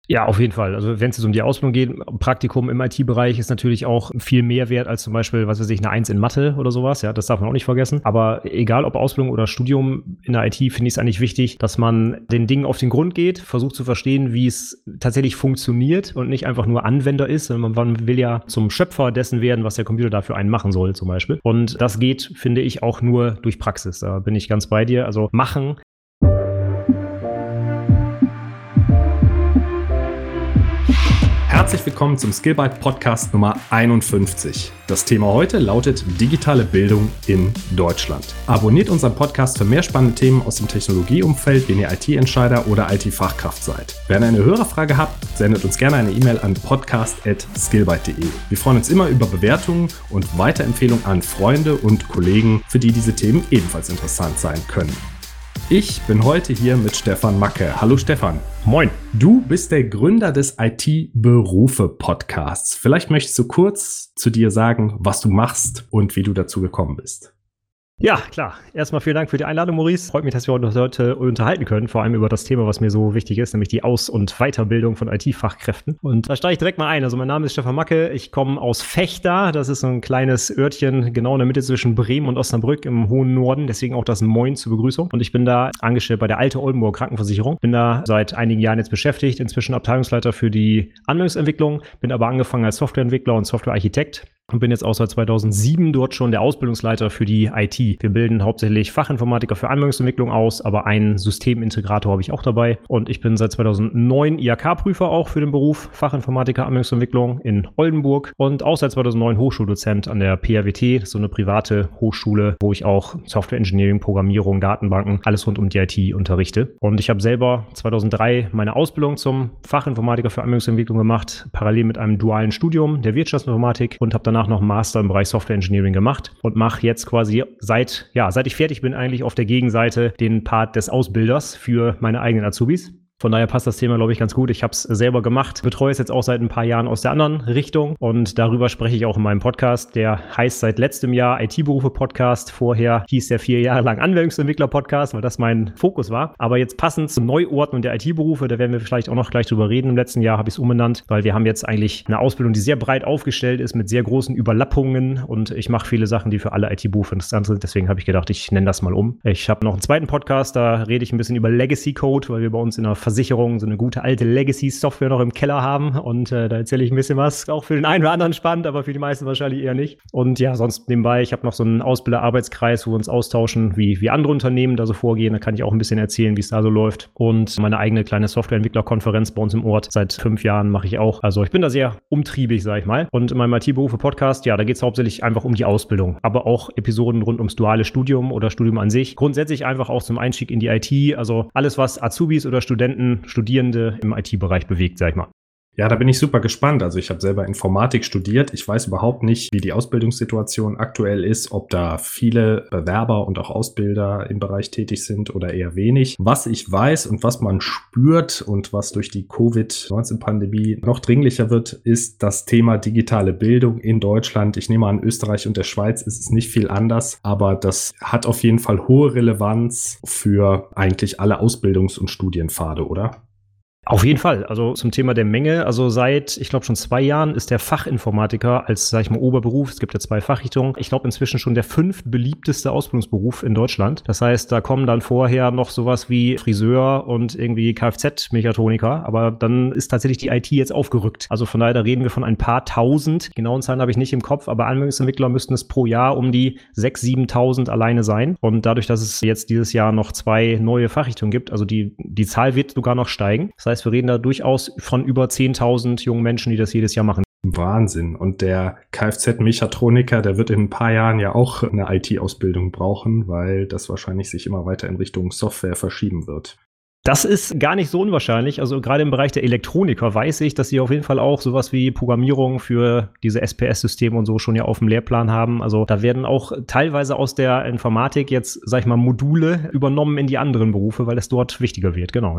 Ja, auf jeden Fall. Also wenn es jetzt um die Ausbildung geht, Praktikum im IT-Bereich ist natürlich auch viel mehr wert als zum Beispiel, was weiß ich, eine 1 in Mathe oder sowas. Ja, das darf man auch nicht vergessen. Aber egal ob Ausbildung oder Studium in der IT, finde ich es eigentlich wichtig, dass man den Dingen auf den Grund geht, versucht zu verstehen, wie es tatsächlich funktioniert und nicht einfach nur Anwender ist. Man will ja zum Schöpfer dessen werden, was der Computer da für einen machen soll zum Beispiel. Und das geht, finde ich, auch nur durch Praxis. Da bin ich ganz bei dir. Also machen. Herzlich willkommen zum Skillbyte Podcast Nummer 51. Das Thema heute lautet digitale Bildung in Deutschland. Abonniert unseren Podcast für mehr spannende Themen aus dem Technologieumfeld, wenn ihr IT-Entscheider oder IT-Fachkraft seid. Wenn ihr eine Hörerfrage habt, sendet uns gerne eine E-Mail an podcast@skillbyte.de. Wir freuen uns immer über Bewertungen und Weiterempfehlungen an Freunde und Kollegen, für die diese Themen ebenfalls interessant sein können. Ich bin heute hier mit Stefan Macke. Hallo Stefan. Moin. Du bist der Gründer des IT-Berufe-Podcasts. Vielleicht möchtest du kurz zu dir sagen, was du machst und wie du dazu gekommen bist. Ja, klar. Erstmal vielen Dank für die Einladung, Maurice. Freut mich, dass wir uns heute unterhalten können, vor allem über das Thema, was mir so wichtig ist, nämlich die Aus- und Weiterbildung von IT-Fachkräften. Und da steige ich direkt mal ein. Also mein Name ist Stefan Macke. Ich komme aus Vechta. Das ist so ein kleines Örtchen genau in der Mitte zwischen Bremen und Osnabrück im hohen Norden. Deswegen auch das Moin zur Begrüßung. Und ich bin da angestellt bei der Alte Oldenburg Krankenversicherung. Bin da seit einigen Jahren jetzt beschäftigt. Inzwischen Abteilungsleiter für die Anwendungsentwicklung. Bin aber angefangen als Softwareentwickler und Softwarearchitekt. Und bin jetzt auch seit 2007 dort schon der Ausbildungsleiter für die IT. Wir bilden hauptsächlich Fachinformatiker für Anwendungsentwicklung aus, aber einen Systemintegrator habe ich auch dabei. Und ich bin seit 2009 IHK-Prüfer auch für den Beruf Fachinformatiker Anwendungsentwicklung in Oldenburg und auch seit 2009 Hochschuldozent an der PHWT, so eine private Hochschule, wo ich auch Software Engineering, Programmierung, Datenbanken, alles rund um die IT unterrichte. Und ich habe selber 2003 meine Ausbildung zum Fachinformatiker für Anwendungsentwicklung gemacht, parallel mit einem dualen Studium der Wirtschaftsinformatik und habe danach noch einen Master im Bereich Software Engineering gemacht und mache jetzt quasi seit ich fertig bin, eigentlich auf der Gegenseite den Part des Ausbilders für meine eigenen Azubis. Von daher passt das Thema, glaube ich, ganz gut. Ich habe es selber gemacht, betreue es jetzt auch seit ein paar Jahren aus der anderen Richtung und darüber spreche ich auch in meinem Podcast. Der heißt seit letztem Jahr IT-Berufe-Podcast. Vorher hieß der 4 Jahre lang Anwendungsentwickler-Podcast, weil das mein Fokus war. Aber jetzt passend zur Neuordnung der IT-Berufe, da werden wir vielleicht auch noch gleich drüber reden. Im letzten Jahr habe ich es umbenannt, weil wir haben jetzt eigentlich eine Ausbildung, die sehr breit aufgestellt ist, mit sehr großen Überlappungen und ich mache viele Sachen, die für alle IT-Berufe interessant sind. Deswegen habe ich gedacht, ich nenne das mal um. Ich habe noch einen zweiten Podcast, da rede ich ein bisschen über Legacy-Code, weil wir bei uns in der Versicherung so eine gute alte Legacy-Software noch im Keller haben und da erzähle ich ein bisschen was. Auch für den einen oder anderen spannend, aber für die meisten wahrscheinlich eher nicht. Und ja, sonst nebenbei, ich habe noch so einen Ausbilder-Arbeitskreis, wo wir uns austauschen, wie andere Unternehmen da so vorgehen. Da kann ich auch ein bisschen erzählen, wie es da so läuft. Und meine eigene kleine Softwareentwicklerkonferenz bei uns im Ort. Seit 5 Jahren mache ich auch. Also ich bin da sehr umtriebig, sag ich mal. Und in meinem IT-Berufe-Podcast, ja, da geht es hauptsächlich einfach um die Ausbildung. Aber auch Episoden rund ums duale Studium oder Studium an sich. Grundsätzlich einfach auch zum Einstieg in die IT. Also alles, was Azubis oder Studierende im IT-Bereich bewegt, sag ich mal. Ja, da bin ich super gespannt. Also ich habe selber Informatik studiert. Ich weiß überhaupt nicht, wie die Ausbildungssituation aktuell ist, ob da viele Bewerber und auch Ausbilder im Bereich tätig sind oder eher wenig. Was ich weiß und was man spürt und was durch die Covid-19-Pandemie noch dringlicher wird, ist das Thema digitale Bildung in Deutschland. Ich nehme an, Österreich und der Schweiz ist es nicht viel anders, aber das hat auf jeden Fall hohe Relevanz für eigentlich alle Ausbildungs- und Studienpfade, oder? Auf jeden Fall. Also zum Thema der Menge. Also seit, ich glaube, schon 2 Jahren ist der Fachinformatiker als, sag ich mal, Oberberuf. Es gibt ja 2 Fachrichtungen. Ich glaube, inzwischen schon der 5. beliebteste Ausbildungsberuf in Deutschland. Das heißt, da kommen dann vorher noch sowas wie Friseur und irgendwie Kfz-Mechatroniker. Aber dann ist tatsächlich die IT jetzt aufgerückt. Also von daher, da reden wir von ein paar tausend. Genauen Zahlen habe ich nicht im Kopf, aber Anwendungsentwickler müssten es pro Jahr um die 6.000, 7.000 alleine sein. Und dadurch, dass es jetzt dieses Jahr noch 2 neue Fachrichtungen gibt, also die Zahl wird sogar noch steigen. Das heißt, wir reden da durchaus von über 10.000 jungen Menschen, die das jedes Jahr machen. Wahnsinn. Und der Kfz-Mechatroniker, der wird in ein paar Jahren ja auch eine IT-Ausbildung brauchen, weil das wahrscheinlich sich immer weiter in Richtung Software verschieben wird. Das ist gar nicht so unwahrscheinlich. Also gerade im Bereich der Elektroniker weiß ich, dass sie auf jeden Fall auch sowas wie Programmierung für diese SPS-Systeme und so schon ja auf dem Lehrplan haben. Also da werden auch teilweise aus der Informatik jetzt, sag ich mal, Module übernommen in die anderen Berufe, weil es dort wichtiger wird. Genau, ja.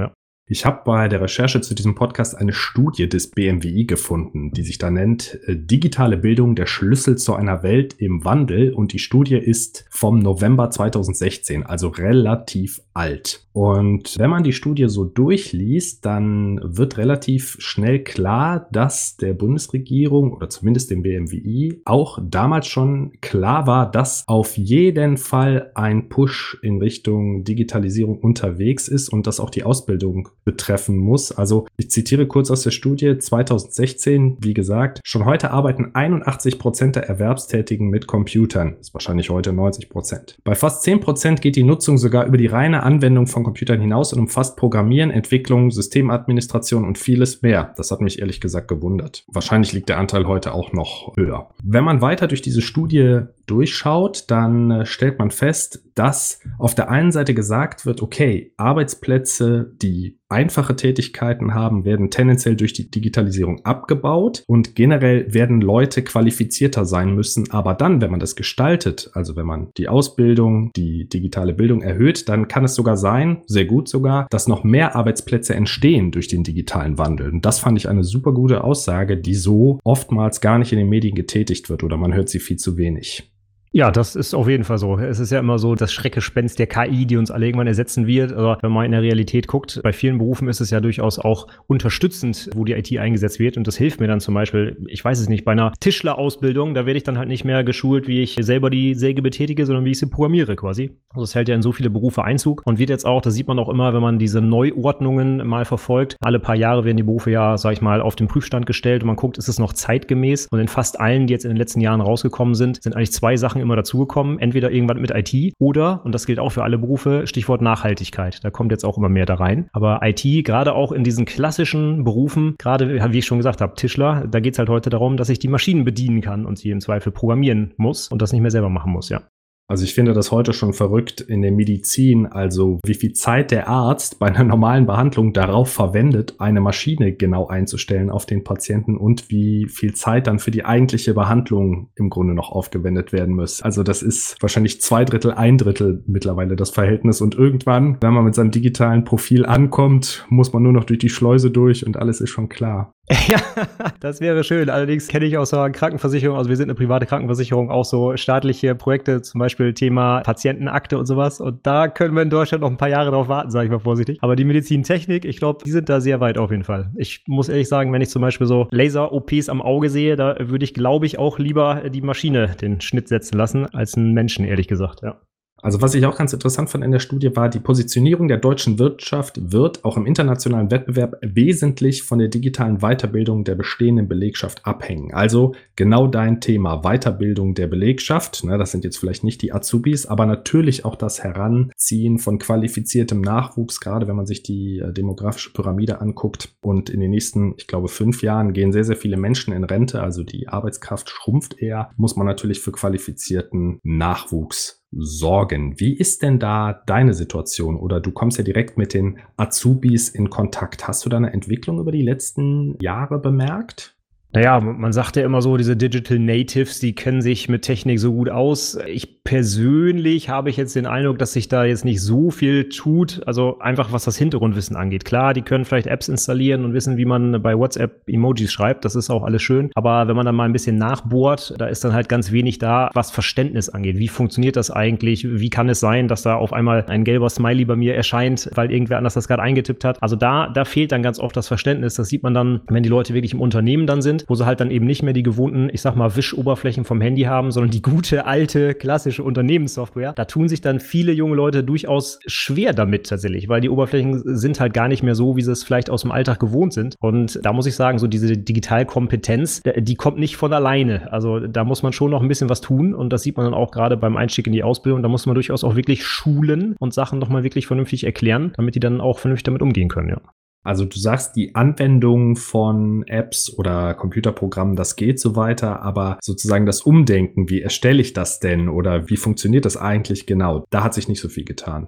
Ich habe bei der Recherche zu diesem Podcast eine Studie des BMWI gefunden, die sich da nennt Digitale Bildung, der Schlüssel zu einer Welt im Wandel. Und die Studie ist vom November 2016, also relativ alt. Und wenn man die Studie so durchliest, dann wird relativ schnell klar, dass der Bundesregierung oder zumindest dem BMWI auch damals schon klar war, dass auf jeden Fall ein Push in Richtung Digitalisierung unterwegs ist und das auch die Ausbildung betreffen muss. Also ich zitiere kurz aus der Studie 2016, wie gesagt, schon heute arbeiten 81% der Erwerbstätigen mit Computern. Das ist wahrscheinlich heute 90%. Bei fast 10% geht die Nutzung sogar über die reine Anwendung von Computern hinaus und umfasst Programmieren, Entwicklung, Systemadministration und vieles mehr. Das hat mich ehrlich gesagt gewundert. Wahrscheinlich liegt der Anteil heute auch noch höher. Wenn man weiter durch diese Studie durchschaut, dann stellt man fest, dass auf der einen Seite gesagt wird, okay, Arbeitsplätze, die einfache Tätigkeiten haben, werden tendenziell durch die Digitalisierung abgebaut und generell werden Leute qualifizierter sein müssen. Aber dann, wenn man das gestaltet, also wenn man die Ausbildung, die digitale Bildung erhöht, dann kann es sogar sein, sehr gut sogar, dass noch mehr Arbeitsplätze entstehen durch den digitalen Wandel. Und das fand ich eine super gute Aussage, die so oftmals gar nicht in den Medien getätigt wird oder man hört sie viel zu wenig. Ja, das ist auf jeden Fall so. Es ist ja immer so das Schreckgespenst der KI, die uns alle irgendwann ersetzen wird. Also wenn man in der Realität guckt, bei vielen Berufen ist es ja durchaus auch unterstützend, wo die IT eingesetzt wird. Und das hilft mir dann zum Beispiel, ich weiß es nicht, bei einer Tischlerausbildung, da werde ich dann halt nicht mehr geschult, wie ich selber die Säge betätige, sondern wie ich sie programmiere quasi. Also es hält ja in so viele Berufe Einzug und wird jetzt auch, das sieht man auch immer, wenn man diese Neuordnungen mal verfolgt. Alle paar Jahre werden die Berufe ja, sag ich mal, auf den Prüfstand gestellt und man guckt, ist es noch zeitgemäß? Und in fast allen, die jetzt in den letzten Jahren rausgekommen sind, sind eigentlich zwei Sachen immer dazugekommen. Entweder irgendwann mit IT oder, und das gilt auch für alle Berufe, Stichwort Nachhaltigkeit. Da kommt jetzt auch immer mehr da rein. Aber IT, gerade auch in diesen klassischen Berufen, gerade wie ich schon gesagt habe, Tischler, da geht es halt heute darum, dass ich die Maschinen bedienen kann und sie im Zweifel programmieren muss und das nicht mehr selber machen muss, ja. Also ich finde das heute schon verrückt in der Medizin, also wie viel Zeit der Arzt bei einer normalen Behandlung darauf verwendet, eine Maschine genau einzustellen auf den Patienten und wie viel Zeit dann für die eigentliche Behandlung im Grunde noch aufgewendet werden muss. Also das ist wahrscheinlich 2/3, 1/3 mittlerweile das Verhältnis und irgendwann, wenn man mit seinem digitalen Profil ankommt, muss man nur noch durch die Schleuse durch und alles ist schon klar. Ja, das wäre schön. Allerdings kenne ich aus der Krankenversicherung, also wir sind eine private Krankenversicherung, auch so staatliche Projekte, zum Beispiel Thema Patientenakte und sowas. Und da können wir in Deutschland noch ein paar Jahre drauf warten, sage ich mal vorsichtig. Aber die Medizintechnik, ich glaube, die sind da sehr weit auf jeden Fall. Ich muss ehrlich sagen, wenn ich zum Beispiel so Laser-OPs am Auge sehe, da würde ich, glaube ich, auch lieber die Maschine den Schnitt setzen lassen, als einen Menschen, ehrlich gesagt, ja. Also was ich auch ganz interessant fand in der Studie war, die Positionierung der deutschen Wirtschaft wird auch im internationalen Wettbewerb wesentlich von der digitalen Weiterbildung der bestehenden Belegschaft abhängen. Also genau dein Thema, Weiterbildung der Belegschaft. Das sind jetzt vielleicht nicht die Azubis, aber natürlich auch das Heranziehen von qualifiziertem Nachwuchs, gerade wenn man sich die demografische Pyramide anguckt. Und in den nächsten, ich glaube, 5 Jahren gehen sehr, sehr viele Menschen in Rente, also die Arbeitskraft schrumpft eher, muss man natürlich für qualifizierten Nachwuchs sorgen. Wie ist denn da deine Situation? Oder du kommst ja direkt mit den Azubis in Kontakt. Hast du da eine Entwicklung über die letzten Jahre bemerkt? Naja, man sagt ja immer so, diese Digital Natives, die kennen sich mit Technik so gut aus. Ich persönlich habe jetzt den Eindruck, dass sich da jetzt nicht so viel tut. Also einfach, was das Hintergrundwissen angeht. Klar, die können vielleicht Apps installieren und wissen, wie man bei WhatsApp Emojis schreibt. Das ist auch alles schön. Aber wenn man dann mal ein bisschen nachbohrt, da ist dann halt ganz wenig da, was Verständnis angeht. Wie funktioniert das eigentlich? Wie kann es sein, dass da auf einmal ein gelber Smiley bei mir erscheint, weil irgendwer anders das gerade eingetippt hat? Also da fehlt dann ganz oft das Verständnis. Das sieht man dann, wenn die Leute wirklich im Unternehmen dann sind, wo sie halt dann eben nicht mehr die gewohnten, ich sag mal, Wischoberflächen vom Handy haben, sondern die gute, alte, klassische Unternehmenssoftware. Da tun sich dann viele junge Leute durchaus schwer damit tatsächlich, weil die Oberflächen sind halt gar nicht mehr so, wie sie es vielleicht aus dem Alltag gewohnt sind. Und da muss ich sagen, so diese Digitalkompetenz, die kommt nicht von alleine. Also da muss man schon noch ein bisschen was tun und das sieht man dann auch gerade beim Einstieg in die Ausbildung. Da muss man durchaus auch wirklich schulen und Sachen nochmal wirklich vernünftig erklären, damit die dann auch vernünftig damit umgehen können, ja. Also du sagst, die Anwendung von Apps oder Computerprogrammen, das geht so weiter, aber sozusagen das Umdenken, wie erstelle ich das denn oder wie funktioniert das eigentlich genau, da hat sich nicht so viel getan.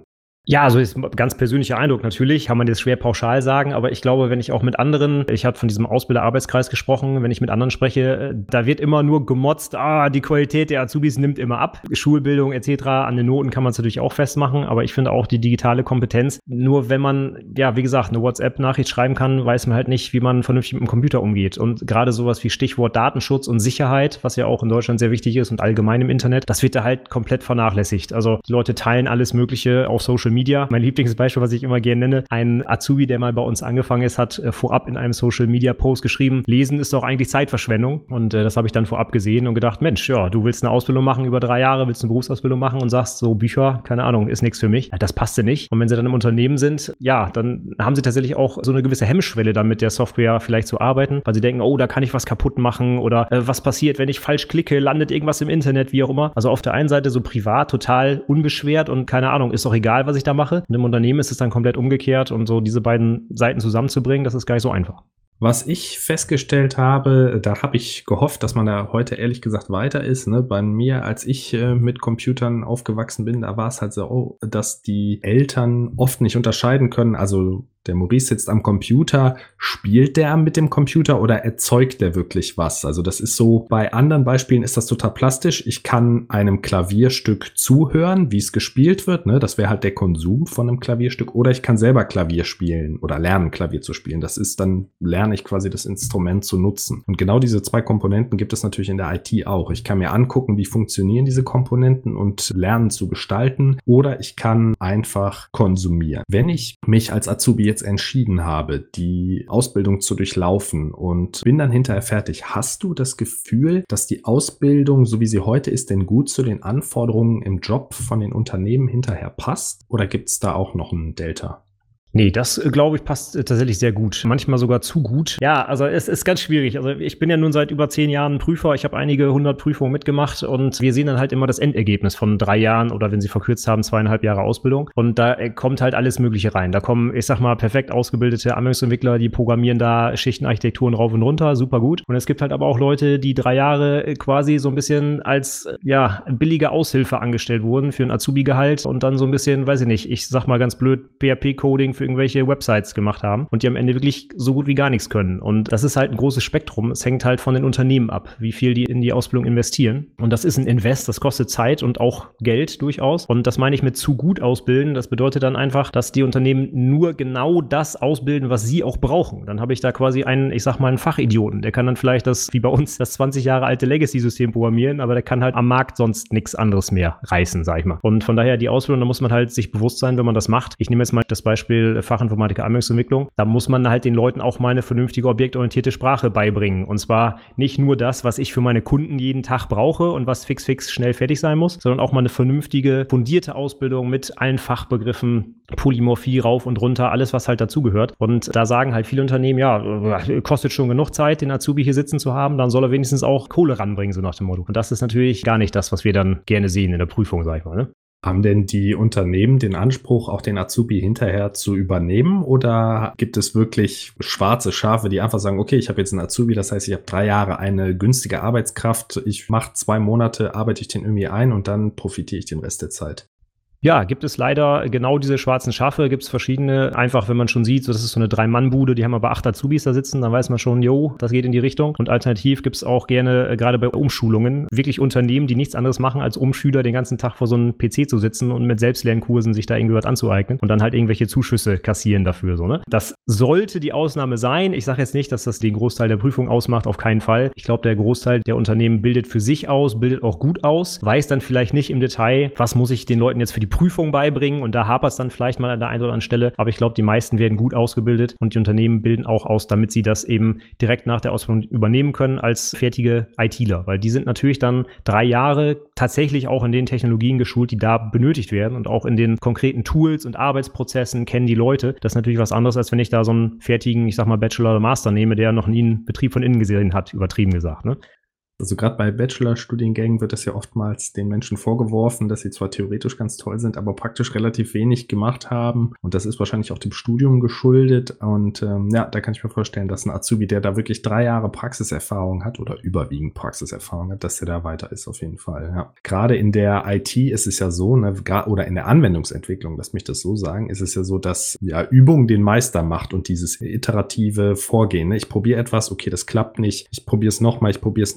Ja, also ist ein ganz persönlicher Eindruck natürlich, kann man das schwer pauschal sagen, aber ich glaube, wenn ich auch mit anderen, ich habe von diesem Ausbilder-Arbeitskreis gesprochen, wenn ich mit anderen spreche, da wird immer nur gemotzt, die Qualität der Azubis nimmt immer ab, Schulbildung etc., an den Noten kann man es natürlich auch festmachen, aber ich finde auch die digitale Kompetenz, nur wenn man, ja, wie gesagt, eine WhatsApp-Nachricht schreiben kann, weiß man halt nicht, wie man vernünftig mit dem Computer umgeht und gerade sowas wie Stichwort Datenschutz und Sicherheit, was ja auch in Deutschland sehr wichtig ist und allgemein im Internet, das wird da halt komplett vernachlässigt. Also die Leute teilen alles Mögliche auf Social Media. Mein Lieblingsbeispiel, was ich immer gerne nenne, ein Azubi, der mal bei uns angefangen ist, hat vorab in einem Social Media Post geschrieben, Lesen ist doch eigentlich Zeitverschwendung. Und das habe ich dann vorab gesehen und gedacht, Mensch, ja, du willst eine Ausbildung machen über 3 Jahre, willst eine Berufsausbildung machen und sagst so, Bücher, keine Ahnung, ist nichts für mich. Ja, das passte nicht. Und wenn sie dann im Unternehmen sind, ja, dann haben sie tatsächlich auch so eine gewisse Hemmschwelle, dann mit der Software vielleicht zu arbeiten, weil sie denken, oh, da kann ich was kaputt machen oder was passiert, wenn ich falsch klicke, landet irgendwas im Internet, wie auch immer. Also auf der einen Seite so privat total unbeschwert und keine Ahnung, ist doch egal, was ich da mache. Und im Unternehmen ist es dann komplett umgekehrt und so diese beiden Seiten zusammenzubringen, das ist gar nicht so einfach. Was ich festgestellt habe, da habe ich gehofft, dass man da heute ehrlich gesagt weiter ist. Ne? Bei mir, als ich mit Computern aufgewachsen bin, da war es halt so, dass die Eltern oft nicht unterscheiden können. Also der Maurice sitzt am Computer, spielt der mit dem Computer oder erzeugt der wirklich was? Also das ist so, bei anderen Beispielen ist das total plastisch. Ich kann einem Klavierstück zuhören, wie es gespielt wird. Ne? Das wäre halt der Konsum von einem Klavierstück. Oder ich kann selber Klavier spielen oder lernen, Klavier zu spielen. Das ist dann, lerne ich quasi das Instrument zu nutzen. Und genau diese 2 Komponenten gibt es natürlich in der IT auch. Ich kann mir angucken, wie funktionieren diese Komponenten und lernen zu gestalten. Oder ich kann einfach konsumieren. Wenn ich mich als Azubi jetzt entschieden habe, die Ausbildung zu durchlaufen und bin dann hinterher fertig, hast du das Gefühl, dass die Ausbildung, so wie sie heute ist, denn gut zu den Anforderungen im Job von den Unternehmen hinterher passt? Oder gibt es da auch noch ein Delta? Nee, das, glaube ich, passt tatsächlich sehr gut. Manchmal sogar zu gut. Ja, also es ist ganz schwierig. Also ich bin ja nun seit über 10 Jahren Prüfer. Ich habe einige 100 Prüfungen mitgemacht und wir sehen dann halt immer das Endergebnis von 3 Jahren oder wenn sie verkürzt haben, 2,5 Jahre Ausbildung. Und da kommt halt alles Mögliche rein. Da kommen, ich sag mal, perfekt ausgebildete Anwendungsentwickler, die programmieren da Schichtenarchitekturen rauf und runter, super gut. Und es gibt halt aber auch Leute, die 3 Jahre quasi so ein bisschen als, ja, billige Aushilfe angestellt wurden für ein Azubi-Gehalt und dann so ein bisschen, weiß ich nicht, ich sag mal ganz blöd, PHP-Coding für irgendwelche Websites gemacht haben und die am Ende wirklich so gut wie gar nichts können. Und das ist halt ein großes Spektrum. Es hängt halt von den Unternehmen ab, wie viel die in die Ausbildung investieren. Und das ist ein Invest, das kostet Zeit und auch Geld durchaus. Und das meine ich mit zu gut ausbilden. Das bedeutet dann einfach, dass die Unternehmen nur genau das ausbilden, was sie auch brauchen. Dann habe ich da quasi einen, ich sag mal, einen Fachidioten. Der kann dann vielleicht das, wie bei uns, das 20 Jahre alte Legacy-System programmieren, aber der kann halt am Markt sonst nichts anderes mehr reißen, sag ich mal. Und von daher die Ausbildung, da muss man halt sich bewusst sein, wenn man das macht. Ich nehme jetzt mal das Beispiel Fachinformatiker Anwendungsentwicklung, da muss man halt den Leuten auch mal eine vernünftige objektorientierte Sprache beibringen. Und zwar nicht nur das, was ich für meine Kunden jeden Tag brauche und was fix schnell fertig sein muss, sondern auch mal eine vernünftige, fundierte Ausbildung mit allen Fachbegriffen, Polymorphie rauf und runter, alles, was halt dazugehört. Und da sagen halt viele Unternehmen, ja, kostet schon genug Zeit, den Azubi hier sitzen zu haben, dann soll er wenigstens auch Kohle ranbringen, so nach dem Motto. Und das ist natürlich gar nicht das, was wir dann gerne sehen in der Prüfung, sag ich mal, ne? Haben denn die Unternehmen den Anspruch, auch den Azubi hinterher zu übernehmen? Oder gibt es wirklich schwarze Schafe, die einfach sagen, okay, ich habe jetzt einen Azubi, das heißt, ich habe 3 Jahre eine günstige Arbeitskraft, ich mache 2 Monate, arbeite ich den irgendwie ein und dann profitiere ich den Rest der Zeit? Ja, gibt es leider genau diese schwarzen Schafe, gibt es verschiedene, einfach wenn man schon sieht, so das ist so eine 3-Mann-Bude, die haben aber 8 Azubis da sitzen, dann weiß man schon, jo, das geht in die Richtung. Und alternativ gibt es auch gerne, gerade bei Umschulungen, wirklich Unternehmen, die nichts anderes machen, als Schüler den ganzen Tag vor so einem PC zu sitzen und mit Selbstlernkursen sich da irgendwie was anzueignen und dann halt irgendwelche Zuschüsse kassieren dafür, so, ne? Das sollte die Ausnahme sein. Ich sage jetzt nicht, dass das den Großteil der Prüfung ausmacht, auf keinen Fall. Ich glaube, der Großteil der Unternehmen bildet für sich aus, bildet auch gut aus, weiß dann vielleicht nicht im Detail, was muss ich den Leuten jetzt für die Prüfung beibringen und da hapert es dann vielleicht mal an der einen oder anderen Stelle, aber ich glaube, die meisten werden gut ausgebildet und die Unternehmen bilden auch aus, damit sie das eben direkt nach der Ausbildung übernehmen können als fertige ITler, weil die sind natürlich dann 3 Jahre tatsächlich auch in den Technologien geschult, die da benötigt werden und auch in den konkreten Tools und Arbeitsprozessen kennen die Leute. Das ist natürlich was anderes, als wenn ich da so einen fertigen, ich sag mal, Bachelor oder Master nehme, der noch nie einen Betrieb von innen gesehen hat, übertrieben gesagt, ne? Also gerade bei Bachelorstudiengängen wird das ja oftmals den Menschen vorgeworfen, dass sie zwar theoretisch ganz toll sind, aber praktisch relativ wenig gemacht haben. Und das ist wahrscheinlich auch dem Studium geschuldet. Und ja, da kann ich mir vorstellen, dass ein Azubi, der da wirklich 3 Jahre Praxiserfahrung hat oder überwiegend Praxiserfahrung hat, dass der da weiter ist auf jeden Fall. Ja. Gerade in der IT ist es ja so, ne, oder in der Anwendungsentwicklung, lass mich das so sagen, ist es ja so, dass ja Übung den Meister macht und dieses iterative Vorgehen. Ne? Ich probiere etwas, okay, das klappt nicht, ich probiere es nochmal,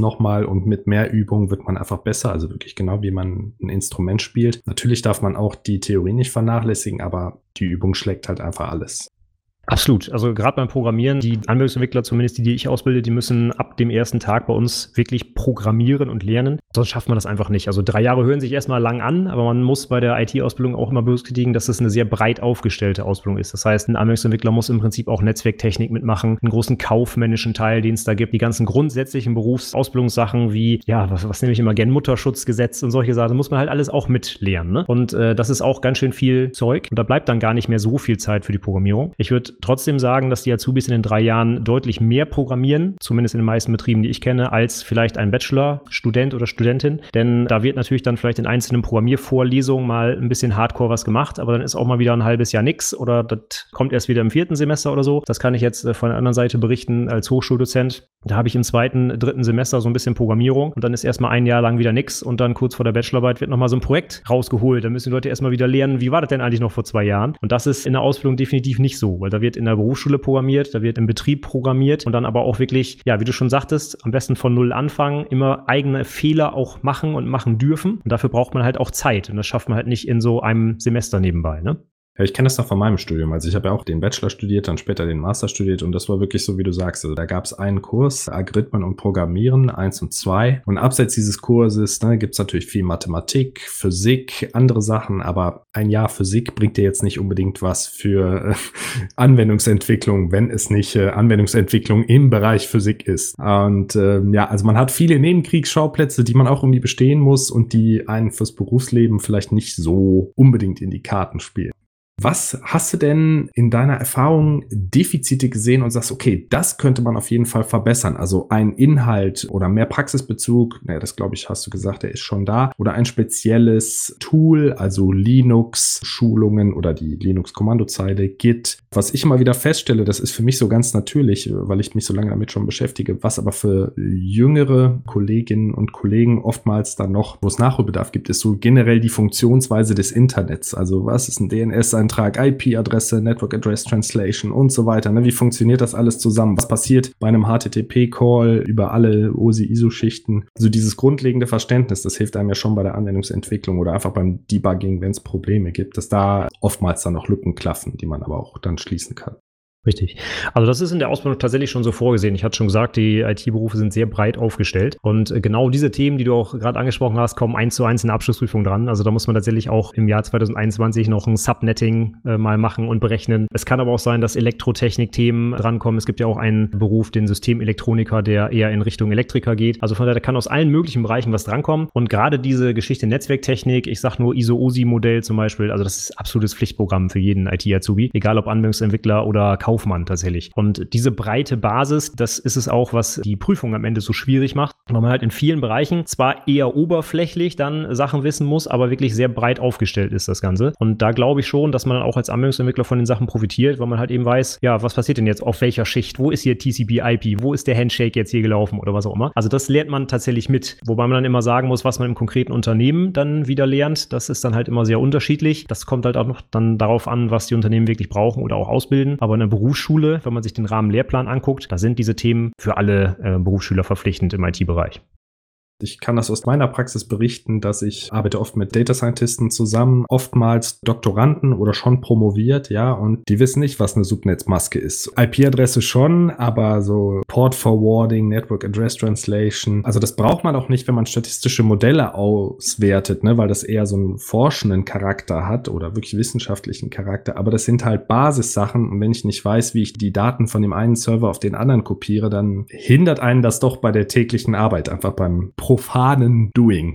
und mit mehr Übung wird man einfach besser, also wirklich genau wie man ein Instrument spielt. Natürlich darf man auch die Theorie nicht vernachlässigen, aber die Übung schlägt halt einfach alles. Absolut. Also gerade beim Programmieren, die Anwendungsentwickler, zumindest die ich ausbilde, die müssen ab dem ersten Tag bei uns wirklich programmieren und lernen. Sonst schafft man das einfach nicht. Also 3 Jahre hören sich erstmal lang an, aber man muss bei der IT-Ausbildung auch immer berücksichtigen, dass es eine sehr breit aufgestellte Ausbildung ist. Das heißt, ein Anwendungsentwickler muss im Prinzip auch Netzwerktechnik mitmachen, einen großen kaufmännischen Teil, den es da gibt, die ganzen grundsätzlichen Berufsausbildungssachen wie, ja, was nehme ich immer gern, Mutterschutzgesetz und solche Sachen, muss man halt alles auch mitlernen. Ne? Und das ist auch ganz schön viel Zeug und da bleibt dann gar nicht mehr so viel Zeit für die Programmierung. Ich würde trotzdem sagen, dass die Azubis in den 3 Jahren deutlich mehr programmieren, zumindest in den meisten Betrieben, die ich kenne, als vielleicht ein Bachelor-Student oder Studentin. Denn da wird natürlich dann vielleicht in einzelnen Programmiervorlesungen mal ein bisschen hardcore was gemacht, aber dann ist auch mal wieder ein halbes Jahr nix oder das kommt erst wieder im 4. Semester oder so. Das kann ich jetzt von der anderen Seite berichten als Hochschuldozent. Da habe ich im 2., 3. Semester so ein bisschen Programmierung und dann ist erstmal ein Jahr lang wieder nix und dann kurz vor der Bachelorarbeit wird nochmal so ein Projekt rausgeholt. Da müssen die Leute erstmal wieder lernen, wie war das denn eigentlich noch vor 2 Jahren? Und das ist in der Ausbildung definitiv nicht so, weil da wird in der Berufsschule programmiert, da wird im Betrieb programmiert und dann aber auch wirklich, ja, wie du schon sagtest, am besten von null anfangen, immer eigene Fehler auch machen und machen dürfen. Und dafür braucht man halt auch Zeit und das schafft man halt nicht in so einem Semester nebenbei, ne? Ja, ich kenne das noch von meinem Studium. Also ich habe ja auch den Bachelor studiert, dann später den Master studiert und das war wirklich so, wie du sagst. Also da gab es einen Kurs, Algorithmen und Programmieren, 1 und 2. Und abseits dieses Kurses gibt es natürlich viel Mathematik, Physik, andere Sachen, aber ein Jahr Physik bringt dir jetzt nicht unbedingt was für Anwendungsentwicklung, wenn es nicht Anwendungsentwicklung im Bereich Physik ist. Und ja, also man hat viele Nebenkriegsschauplätze, die man auch irgendwie bestehen muss und die einen fürs Berufsleben vielleicht nicht so unbedingt in die Karten spielen. Was hast du denn in deiner Erfahrung Defizite gesehen und sagst, okay, das könnte man auf jeden Fall verbessern? Also ein Inhalt oder mehr Praxisbezug, naja, das glaube ich, hast du gesagt, der ist schon da. Oder ein spezielles Tool, also Linux-Schulungen oder die Linux-Kommandozeile, Git. Was ich immer wieder feststelle, das ist für mich so ganz natürlich, weil ich mich so lange damit schon beschäftige, was aber für jüngere Kolleginnen und Kollegen oftmals dann noch, wo es Nachholbedarf gibt, ist so generell die Funktionsweise des Internets. Also was ist ein DNS-Eintrag, IP-Adresse, Network Address Translation und so weiter. Wie funktioniert das alles zusammen? Was passiert bei einem HTTP-Call über alle OSI-ISO-Schichten? Also dieses grundlegende Verständnis, das hilft einem ja schon bei der Anwendungsentwicklung oder einfach beim Debugging, wenn es Probleme gibt, dass da oftmals dann noch Lücken klaffen, die man aber auch dann schließen kann. Richtig. Also das ist in der Ausbildung tatsächlich schon so vorgesehen. Ich hatte schon gesagt, die IT-Berufe sind sehr breit aufgestellt. Und genau diese Themen, die du auch gerade angesprochen hast, kommen 1:1 in der Abschlussprüfung dran. Also da muss man tatsächlich auch im Jahr 2021 noch ein Subnetting mal machen und berechnen. Es kann aber auch sein, dass Elektrotechnik-Themen drankommen. Es gibt ja auch einen Beruf, den Systemelektroniker, der eher in Richtung Elektriker geht. Also von daher kann aus allen möglichen Bereichen was drankommen. Und gerade diese Geschichte Netzwerktechnik, ich sag nur ISO-OSI-Modell zum Beispiel, also das ist absolutes Pflichtprogramm für jeden IT-Azubi, egal ob Anwendungsentwickler oder Kaufmann tatsächlich. Und diese breite Basis, das ist es auch, was die Prüfung am Ende so schwierig macht, weil man halt in vielen Bereichen zwar eher oberflächlich dann Sachen wissen muss, aber wirklich sehr breit aufgestellt ist das Ganze. Und da glaube ich schon, dass man dann auch als Anwendungsentwickler von den Sachen profitiert, weil man halt eben weiß, ja, was passiert denn jetzt auf welcher Schicht? Wo ist hier TCP/IP? Wo ist der Handshake jetzt hier gelaufen oder was auch immer? Also das lernt man tatsächlich mit, wobei man dann immer sagen muss, was man im konkreten Unternehmen dann wieder lernt. Das ist dann halt immer sehr unterschiedlich. Das kommt halt auch noch dann darauf an, was die Unternehmen wirklich brauchen oder auch ausbilden. Aber in der Berufsschule, wenn man sich den Rahmenlehrplan anguckt, da sind diese Themen für alle Berufsschüler verpflichtend im IT-Bereich. Ich kann das aus meiner Praxis berichten, dass ich arbeite oft mit Data Scientisten zusammen, oftmals Doktoranden oder schon promoviert, ja, und die wissen nicht, was eine Subnetzmaske ist. IP-Adresse schon, aber so Port Forwarding, Network Address Translation, also das braucht man auch nicht, wenn man statistische Modelle auswertet, ne, weil das eher so einen forschenden Charakter hat oder wirklich wissenschaftlichen Charakter, aber das sind halt Basissachen und wenn ich nicht weiß, wie ich die Daten von dem einen Server auf den anderen kopiere, dann hindert einen das doch bei der täglichen Arbeit, einfach beim profanen Doing.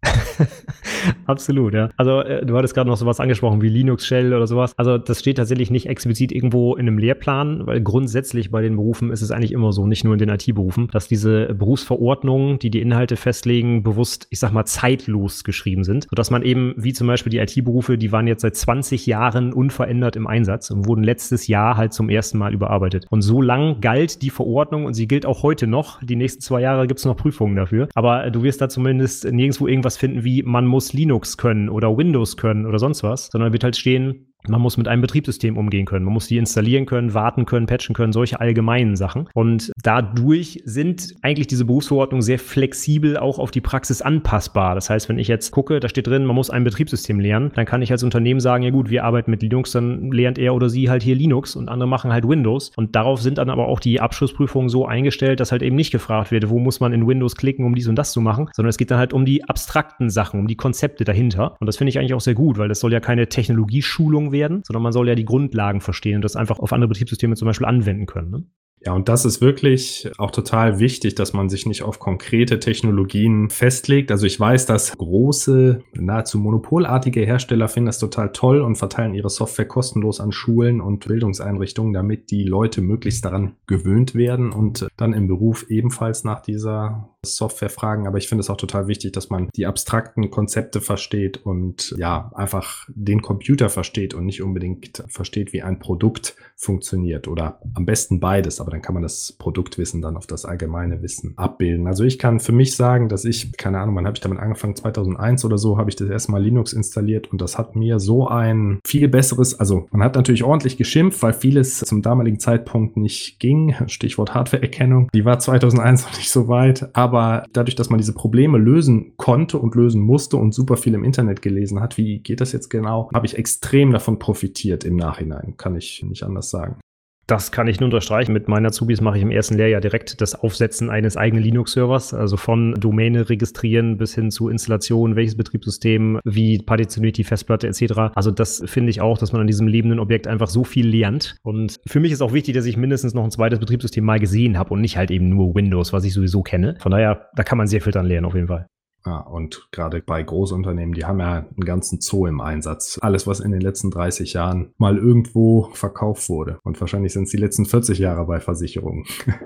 Absolut, ja. Also du hattest gerade noch sowas angesprochen wie Linux Shell oder sowas. Also das steht tatsächlich nicht explizit irgendwo in einem Lehrplan, weil grundsätzlich bei den Berufen ist es eigentlich immer so, nicht nur in den IT-Berufen, dass diese Berufsverordnungen, die die Inhalte festlegen, bewusst, ich sag mal, zeitlos geschrieben sind, sodass man eben, wie zum Beispiel die IT-Berufe, die waren jetzt seit 20 Jahren unverändert im Einsatz und wurden letztes Jahr halt zum ersten Mal überarbeitet. Und so lang galt die Verordnung und sie gilt auch heute noch. Die nächsten 2 Jahre gibt es noch Prüfungen dafür. Aber du wirst da zumindest nirgendwo irgendwas finden wie, man muss Linux können oder Windows können oder sonst was, sondern wird halt stehen, man muss mit einem Betriebssystem umgehen können. Man muss die installieren können, warten können, patchen können, solche allgemeinen Sachen. Und dadurch sind eigentlich diese Berufsverordnungen sehr flexibel auch auf die Praxis anpassbar. Das heißt, wenn ich jetzt gucke, da steht drin, man muss ein Betriebssystem lernen, dann kann ich als Unternehmen sagen, ja gut, wir arbeiten mit Linux, dann lernt er oder sie halt hier Linux und andere machen halt Windows. Und darauf sind dann aber auch die Abschlussprüfungen so eingestellt, dass halt eben nicht gefragt wird, wo muss man in Windows klicken, um dies und das zu machen, sondern es geht dann halt um die abstrakten Sachen, um die Konzepte dahinter. Und das finde ich eigentlich auch sehr gut, weil das soll ja keine Technologieschulung werden, sondern man soll ja die Grundlagen verstehen und das einfach auf andere Betriebssysteme zum Beispiel anwenden können. Ne? Ja, und das ist wirklich auch total wichtig, dass man sich nicht auf konkrete Technologien festlegt. Also ich weiß, dass große, nahezu monopolartige Hersteller finden das total toll und verteilen ihre Software kostenlos an Schulen und Bildungseinrichtungen, damit die Leute möglichst daran gewöhnt werden und dann im Beruf ebenfalls nach dieser Software fragen. Aber ich finde es auch total wichtig, dass man die abstrakten Konzepte versteht und ja, einfach den Computer versteht und nicht unbedingt versteht, wie ein Produkt funktioniert oder am besten beides. Aber dann kann man das Produktwissen dann auf das allgemeine Wissen abbilden. Also ich kann für mich sagen, dass ich, keine Ahnung, wann habe ich damit angefangen? 2001 oder so habe ich das erstmal Linux installiert und das hat mir so ein viel besseres, also man hat natürlich ordentlich geschimpft, weil vieles zum damaligen Zeitpunkt nicht ging. Stichwort Hardwareerkennung. Die war 2001 noch nicht so weit, aber dadurch, dass man diese Probleme lösen konnte und lösen musste und super viel im Internet gelesen hat, wie geht das jetzt genau, habe ich extrem davon profitiert im Nachhinein. Kann ich nicht anders sagen. Das kann ich nur unterstreichen. Mit meinen Azubis mache ich im ersten Lehrjahr direkt das Aufsetzen eines eigenen Linux-Servers, also von Domäne registrieren bis hin zu Installation, welches Betriebssystem, wie partitioniert die Festplatte etc. Also das finde ich auch, dass man an diesem lebenden Objekt einfach so viel lernt. Und für mich ist auch wichtig, dass ich mindestens noch ein zweites Betriebssystem mal gesehen habe und nicht halt eben nur Windows, was ich sowieso kenne. Von daher, da kann man sehr viel dran lernen auf jeden Fall. Ja, und gerade bei Großunternehmen, die haben ja einen ganzen Zoo im Einsatz. Alles, was in den letzten 30 Jahren mal irgendwo verkauft wurde. Und wahrscheinlich sind es die letzten 40 Jahre bei Versicherungen.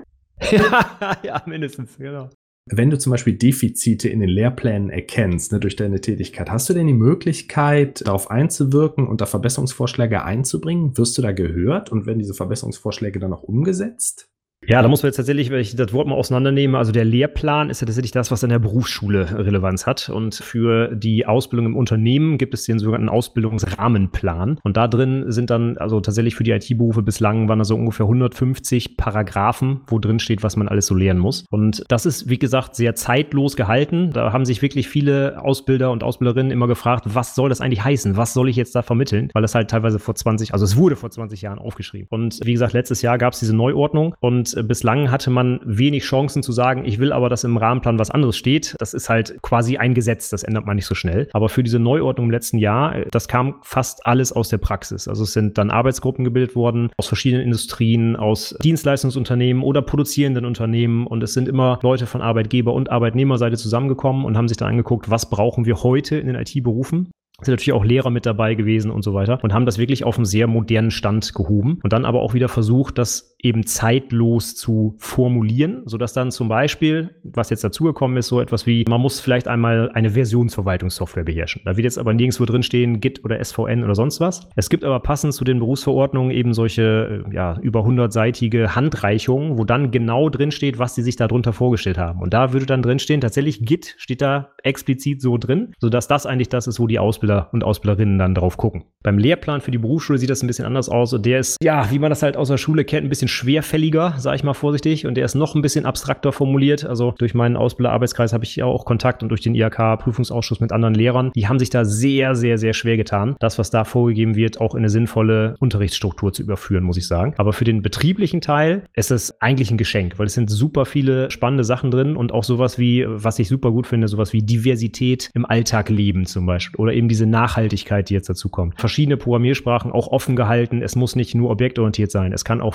Ja, mindestens, genau. Wenn du zum Beispiel Defizite in den Lehrplänen erkennst, ne, durch deine Tätigkeit, hast du denn die Möglichkeit, darauf einzuwirken und da Verbesserungsvorschläge einzubringen? Wirst du da gehört und werden diese Verbesserungsvorschläge dann auch umgesetzt? Ja, da muss man jetzt tatsächlich, wenn ich das Wort mal auseinandernehme, also der Lehrplan ist ja tatsächlich das, was in der Berufsschule Relevanz hat. Und für die Ausbildung im Unternehmen gibt es den sogenannten Ausbildungsrahmenplan. Und da drin sind dann, also tatsächlich für die IT-Berufe bislang waren da so ungefähr 150 Paragraphen, wo drin steht, was man alles so lernen muss. Und das ist, wie gesagt, sehr zeitlos gehalten. Da haben sich wirklich viele Ausbilder und Ausbilderinnen immer gefragt, was soll das eigentlich heißen? Was soll ich jetzt da vermitteln? Weil das halt teilweise es wurde vor 20 Jahren aufgeschrieben. Und wie gesagt, letztes Jahr gab es diese Neuordnung und bislang hatte man wenig Chancen zu sagen, ich will aber, dass im Rahmenplan was anderes steht. Das ist halt quasi ein Gesetz, das ändert man nicht so schnell. Aber für diese Neuordnung im letzten Jahr, das kam fast alles aus der Praxis. Also es sind dann Arbeitsgruppen gebildet worden aus verschiedenen Industrien, aus Dienstleistungsunternehmen oder produzierenden Unternehmen und es sind immer Leute von Arbeitgeber- und Arbeitnehmerseite zusammengekommen und haben sich dann angeguckt, was brauchen wir heute in den IT-Berufen. Es sind natürlich auch Lehrer mit dabei gewesen und so weiter und haben das wirklich auf einen sehr modernen Stand gehoben und dann aber auch wieder versucht, das eben zeitlos zu formulieren, sodass dann zum Beispiel, was jetzt dazugekommen ist, so etwas wie, man muss vielleicht einmal eine Versionsverwaltungssoftware beherrschen. Da wird jetzt aber nirgendwo drinstehen, Git oder SVN oder sonst was. Es gibt aber passend zu den Berufsverordnungen eben solche über 100-seitige Handreichungen, wo dann genau drinsteht, was die sich darunter vorgestellt haben. Und da würde dann drinstehen, tatsächlich Git steht da explizit so drin, sodass das eigentlich das ist, wo die Ausbilder und Ausbilderinnen dann drauf gucken. Beim Lehrplan für die Berufsschule sieht das ein bisschen anders aus und der ist, ja, wie man das halt aus der Schule kennt, ein bisschen schwerfälliger, sage ich mal vorsichtig, und der ist noch ein bisschen abstrakter formuliert. Also durch meinen Ausbilderarbeitskreis habe ich ja auch Kontakt und durch den IHK-Prüfungsausschuss mit anderen Lehrern. Die haben sich da sehr, sehr, sehr schwer getan, das, was da vorgegeben wird, auch in eine sinnvolle Unterrichtsstruktur zu überführen, muss ich sagen. Aber für den betrieblichen Teil ist es eigentlich ein Geschenk, weil es sind super viele spannende Sachen drin und auch sowas wie, was ich super gut finde, sowas wie Diversität im Alltag leben zum Beispiel oder eben diese Nachhaltigkeit, die jetzt dazu kommt. Verschiedene Programmiersprachen auch offen gehalten. Es muss nicht nur objektorientiert sein. Es kann auch funktional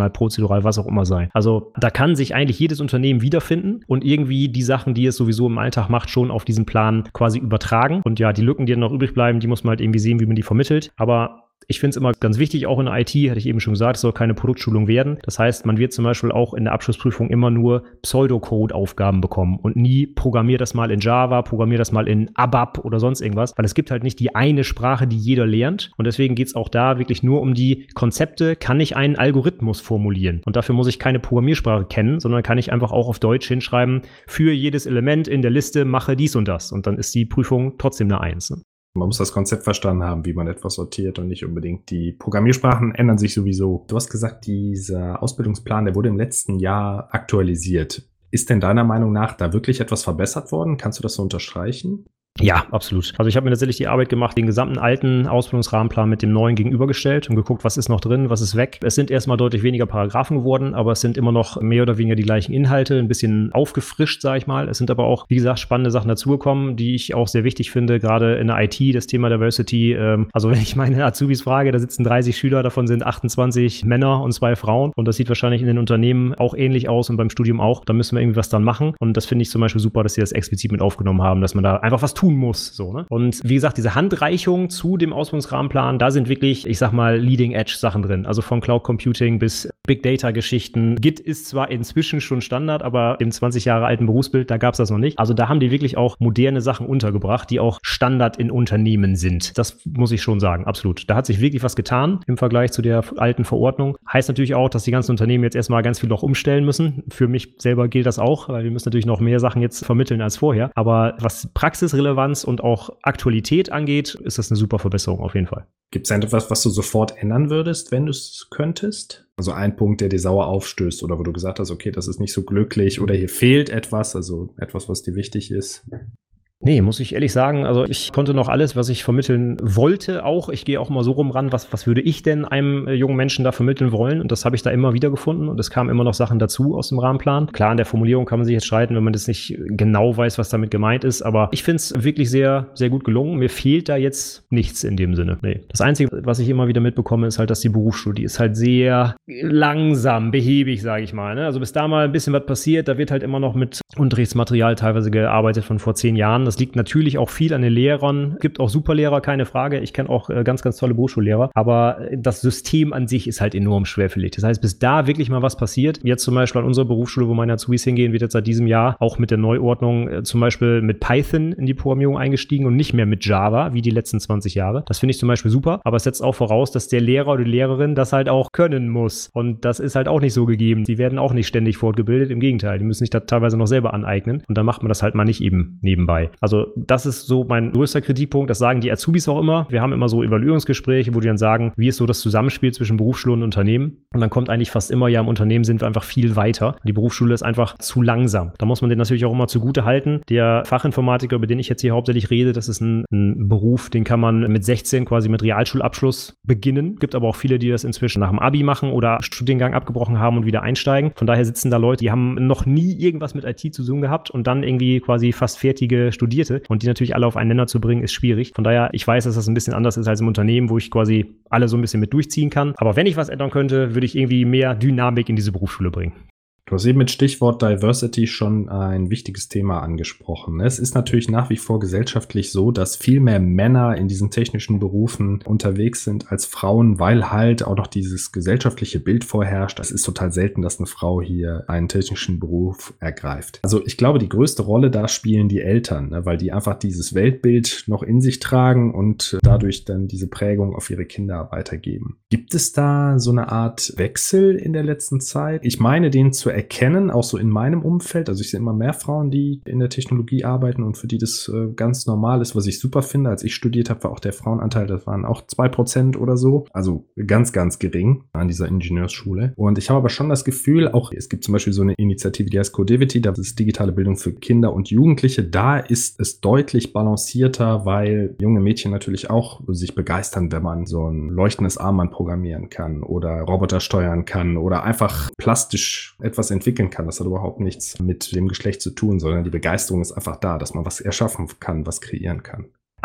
funktional, prozedural, was auch immer sein. Also da kann sich eigentlich jedes Unternehmen wiederfinden und irgendwie die Sachen, die es sowieso im Alltag macht, schon auf diesen Plan quasi übertragen. Und ja, die Lücken, die dann noch übrig bleiben, die muss man halt irgendwie sehen, wie man die vermittelt. Aber ich finde es immer ganz wichtig, auch in der IT, hatte ich eben schon gesagt, es soll keine Produktschulung werden. Das heißt, man wird zum Beispiel auch in der Abschlussprüfung immer nur Pseudocode-Aufgaben bekommen und nie programmier das mal in Java, programmier das mal in ABAP oder sonst irgendwas, weil es gibt halt nicht die eine Sprache, die jeder lernt. Und deswegen geht es auch da wirklich nur um die Konzepte. Kann ich einen Algorithmus formulieren? Und dafür muss ich keine Programmiersprache kennen, sondern kann ich einfach auch auf Deutsch hinschreiben, für jedes Element in der Liste mache dies und das. Und dann ist die Prüfung trotzdem eine 1. Ne? Man muss das Konzept verstanden haben, wie man etwas sortiert und nicht unbedingt die Programmiersprachen ändern sich sowieso. Du hast gesagt, dieser Ausbildungsplan, der wurde im letzten Jahr aktualisiert. Ist denn deiner Meinung nach da wirklich etwas verbessert worden? Kannst du das so unterstreichen? Ja, absolut. Also ich habe mir tatsächlich die Arbeit gemacht, den gesamten alten Ausbildungsrahmenplan mit dem neuen gegenübergestellt und geguckt, was ist noch drin, was ist weg. Es sind erstmal deutlich weniger Paragraphen geworden, aber es sind immer noch mehr oder weniger die gleichen Inhalte, ein bisschen aufgefrischt, sage ich mal. Es sind aber auch, wie gesagt, spannende Sachen dazugekommen, die ich auch sehr wichtig finde, gerade in der IT, das Thema Diversity. Also wenn ich meine Azubis frage, da sitzen 30 Schüler, davon sind 28 Männer und 2 Frauen und das sieht wahrscheinlich in den Unternehmen auch ähnlich aus und beim Studium auch. Da müssen wir irgendwie was dann machen und das finde ich zum Beispiel super, dass sie das explizit mit aufgenommen haben, dass man da einfach was tun muss. So, ne? Und wie gesagt, diese Handreichung zu dem Ausbildungsrahmenplan, da sind wirklich, ich sag mal, Leading-Edge-Sachen drin. Also von Cloud Computing bis Big-Data-Geschichten. Git ist zwar inzwischen schon Standard, aber im 20 Jahre alten Berufsbild, da gab es das noch nicht. Also da haben die wirklich auch moderne Sachen untergebracht, die auch Standard in Unternehmen sind. Das muss ich schon sagen, absolut. Da hat sich wirklich was getan im Vergleich zu der alten Verordnung. Heißt natürlich auch, dass die ganzen Unternehmen jetzt erstmal ganz viel noch umstellen müssen. Für mich selber gilt das auch, weil wir müssen natürlich noch mehr Sachen jetzt vermitteln als vorher. Aber was Praxisrelevanz und auch Aktualität angeht, ist das eine super Verbesserung auf jeden Fall. Gibt es etwas, was du sofort ändern würdest, wenn du es könntest? Also ein Punkt, der dir sauer aufstößt oder wo du gesagt hast, okay, das ist nicht so glücklich oder hier fehlt etwas, also etwas, was dir wichtig ist? Nee, muss ich ehrlich sagen, also ich konnte noch alles, was ich vermitteln wollte, auch. Ich gehe auch mal so rum ran, was würde ich denn einem jungen Menschen da vermitteln wollen? Und das habe ich da immer wieder gefunden und es kamen immer noch Sachen dazu aus dem Rahmenplan. Klar, an der Formulierung kann man sich jetzt streiten, wenn man das nicht genau weiß, was damit gemeint ist, aber ich finde es wirklich sehr, sehr gut gelungen. Mir fehlt da jetzt nichts in dem Sinne. Nee. Das Einzige, was ich immer wieder mitbekomme, ist halt, dass die Berufsschule, die ist halt sehr langsam, behäbig, sage ich mal. Ne? Also bis da mal ein bisschen was passiert, da wird halt immer noch mit Unterrichtsmaterial teilweise gearbeitet von vor 10 Jahren. Das liegt natürlich auch viel an den Lehrern. Gibt auch Superlehrer, keine Frage. Ich kenne auch ganz, ganz tolle Berufsschullehrer. Aber das System an sich ist halt enorm schwerfällig. Das heißt, bis da wirklich mal was passiert, jetzt zum Beispiel an unserer Berufsschule, wo meine Azubis hingehen, wird jetzt seit diesem Jahr auch mit der Neuordnung zum Beispiel mit Python in die Programmierung eingestiegen und nicht mehr mit Java, wie die letzten 20 Jahre. Das finde ich zum Beispiel super. Aber es setzt auch voraus, dass der Lehrer oder die Lehrerin das halt auch können muss. Und das ist halt auch nicht so gegeben. Die werden auch nicht ständig fortgebildet. Im Gegenteil, die müssen sich da teilweise noch selber aneignen. Und dann macht man das halt mal nicht eben nebenbei. Also das ist so mein größter Kritikpunkt. Das sagen die Azubis auch immer. Wir haben immer so Evaluierungsgespräche, wo die dann sagen, wie ist so das Zusammenspiel zwischen Berufsschule und Unternehmen? Und dann kommt eigentlich fast immer, ja, im Unternehmen sind wir einfach viel weiter. Die Berufsschule ist einfach zu langsam. Da muss man den natürlich auch immer zugute halten. Der Fachinformatiker, über den ich jetzt hier hauptsächlich rede, das ist ein Beruf, den kann man mit 16 quasi mit Realschulabschluss beginnen. Gibt aber auch viele, die das inzwischen nach dem Abi machen oder Studiengang abgebrochen haben und wieder einsteigen. Von daher sitzen da Leute, die haben noch nie irgendwas mit IT zu tun gehabt und dann irgendwie quasi fast fertige Studierte. Und die natürlich alle auf einen Nenner zu bringen, ist schwierig. Von daher, ich weiß, dass das ein bisschen anders ist als im Unternehmen, wo ich quasi alle so ein bisschen mit durchziehen kann. Aber wenn ich was ändern könnte, würde ich irgendwie mehr Dynamik in diese Berufsschule bringen. Du hast eben mit Stichwort Diversity schon ein wichtiges Thema angesprochen. Es ist natürlich nach wie vor gesellschaftlich so, dass viel mehr Männer in diesen technischen Berufen unterwegs sind als Frauen, weil halt auch noch dieses gesellschaftliche Bild vorherrscht. Es ist total selten, dass eine Frau hier einen technischen Beruf ergreift. Also ich glaube, die größte Rolle da spielen die Eltern, weil die einfach dieses Weltbild noch in sich tragen und dadurch dann diese Prägung auf ihre Kinder weitergeben. Gibt es da so eine Art Wechsel in der letzten Zeit? Ich meine, den zu erkennen, auch so in meinem Umfeld. Also ich sehe immer mehr Frauen, die in der Technologie arbeiten und für die das ganz normal ist, was ich super finde. Als ich studiert habe, war auch der Frauenanteil, das waren auch 2% oder so. Also ganz, ganz gering an dieser Ingenieursschule. Und ich habe aber schon das Gefühl, auch es gibt zum Beispiel so eine Initiative, die heißt Codivity, das ist digitale Bildung für Kinder und Jugendliche. Da ist es deutlich balancierter, weil junge Mädchen natürlich auch sich begeistern, wenn man so ein leuchtendes Armband programmieren kann oder Roboter steuern kann oder einfach plastisch etwas entwickeln kann. Das hat überhaupt nichts mit dem Geschlecht zu tun, sondern die Begeisterung ist einfach da, dass man was erschaffen kann, was kreieren kann.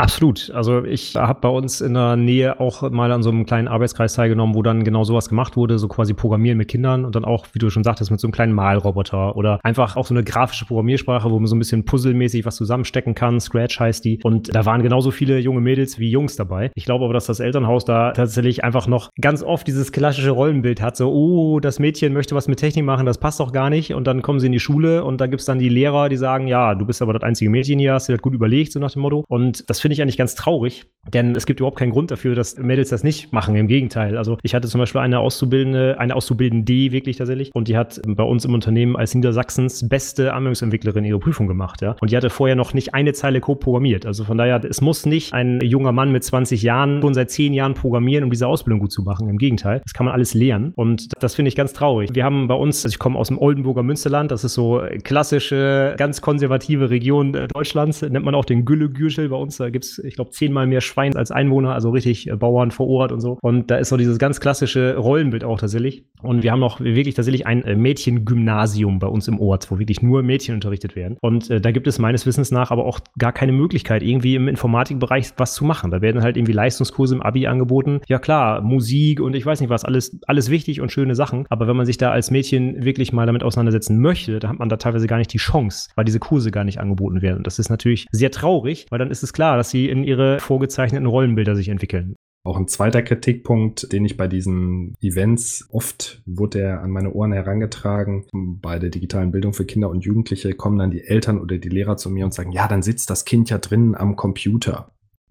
Absolut. Also ich habe bei uns in der Nähe auch mal an so einem kleinen Arbeitskreis teilgenommen, wo dann genau sowas gemacht wurde, so quasi Programmieren mit Kindern und dann auch, wie du schon sagtest, mit so einem kleinen Malroboter oder einfach auch so eine grafische Programmiersprache, wo man so ein bisschen puzzelmäßig was zusammenstecken kann. Scratch heißt die. Und da waren genauso viele junge Mädels wie Jungs dabei. Ich glaube aber, dass das Elternhaus da tatsächlich einfach noch ganz oft dieses klassische Rollenbild hat. So, oh, das Mädchen möchte was mit Technik machen, das passt doch gar nicht. Und dann kommen sie in die Schule und da gibt's dann die Lehrer, die sagen, ja, du bist aber das einzige Mädchen hier, hast dir das gut überlegt, so nach dem Motto. Und das finde ich eigentlich ganz traurig, denn es gibt überhaupt keinen Grund dafür, dass Mädels das nicht machen. Im Gegenteil. Also ich hatte zum Beispiel eine Auszubildende wirklich tatsächlich, und die hat bei uns im Unternehmen als Niedersachsens beste Anwendungsentwicklerin ihre Prüfung gemacht, ja. Und die hatte vorher noch nicht eine Zeile Code programmiert. Also von daher, es muss nicht ein junger Mann mit 20 Jahren schon seit 10 Jahren programmieren, um diese Ausbildung gut zu machen. Im Gegenteil, das kann man alles lernen und das finde ich ganz traurig. Wir haben bei uns, also ich komme aus dem Oldenburger Münsterland, das ist so klassische, ganz konservative Region Deutschlands, nennt man auch den Güllegürtel. Bei uns, da gibt's, ich glaube, 10-mal mehr Schwein als Einwohner, also richtig Bauern vor Ort und so. Und da ist so dieses ganz klassische Rollenbild auch tatsächlich. Und wir haben auch wirklich tatsächlich ein Mädchengymnasium bei uns im Ort, wo wirklich nur Mädchen unterrichtet werden. Und da gibt es meines Wissens nach aber auch gar keine Möglichkeit, irgendwie im Informatikbereich was zu machen. Da werden halt irgendwie Leistungskurse im Abi angeboten. Ja klar, Musik und ich weiß nicht was, alles wichtig und schöne Sachen. Aber wenn man sich da als Mädchen wirklich mal damit auseinandersetzen möchte, da hat man da teilweise gar nicht die Chance, weil diese Kurse gar nicht angeboten werden. Und das ist natürlich sehr traurig, weil dann ist es klar, dass sie in ihre vorgezeichneten Rollenbilder sich entwickeln. Auch ein zweiter Kritikpunkt, den ich bei diesen Events oft wurde der an meine Ohren herangetragen. Bei der digitalen Bildung für Kinder und Jugendliche kommen dann die Eltern oder die Lehrer zu mir und sagen, ja, dann sitzt das Kind ja drinnen am Computer.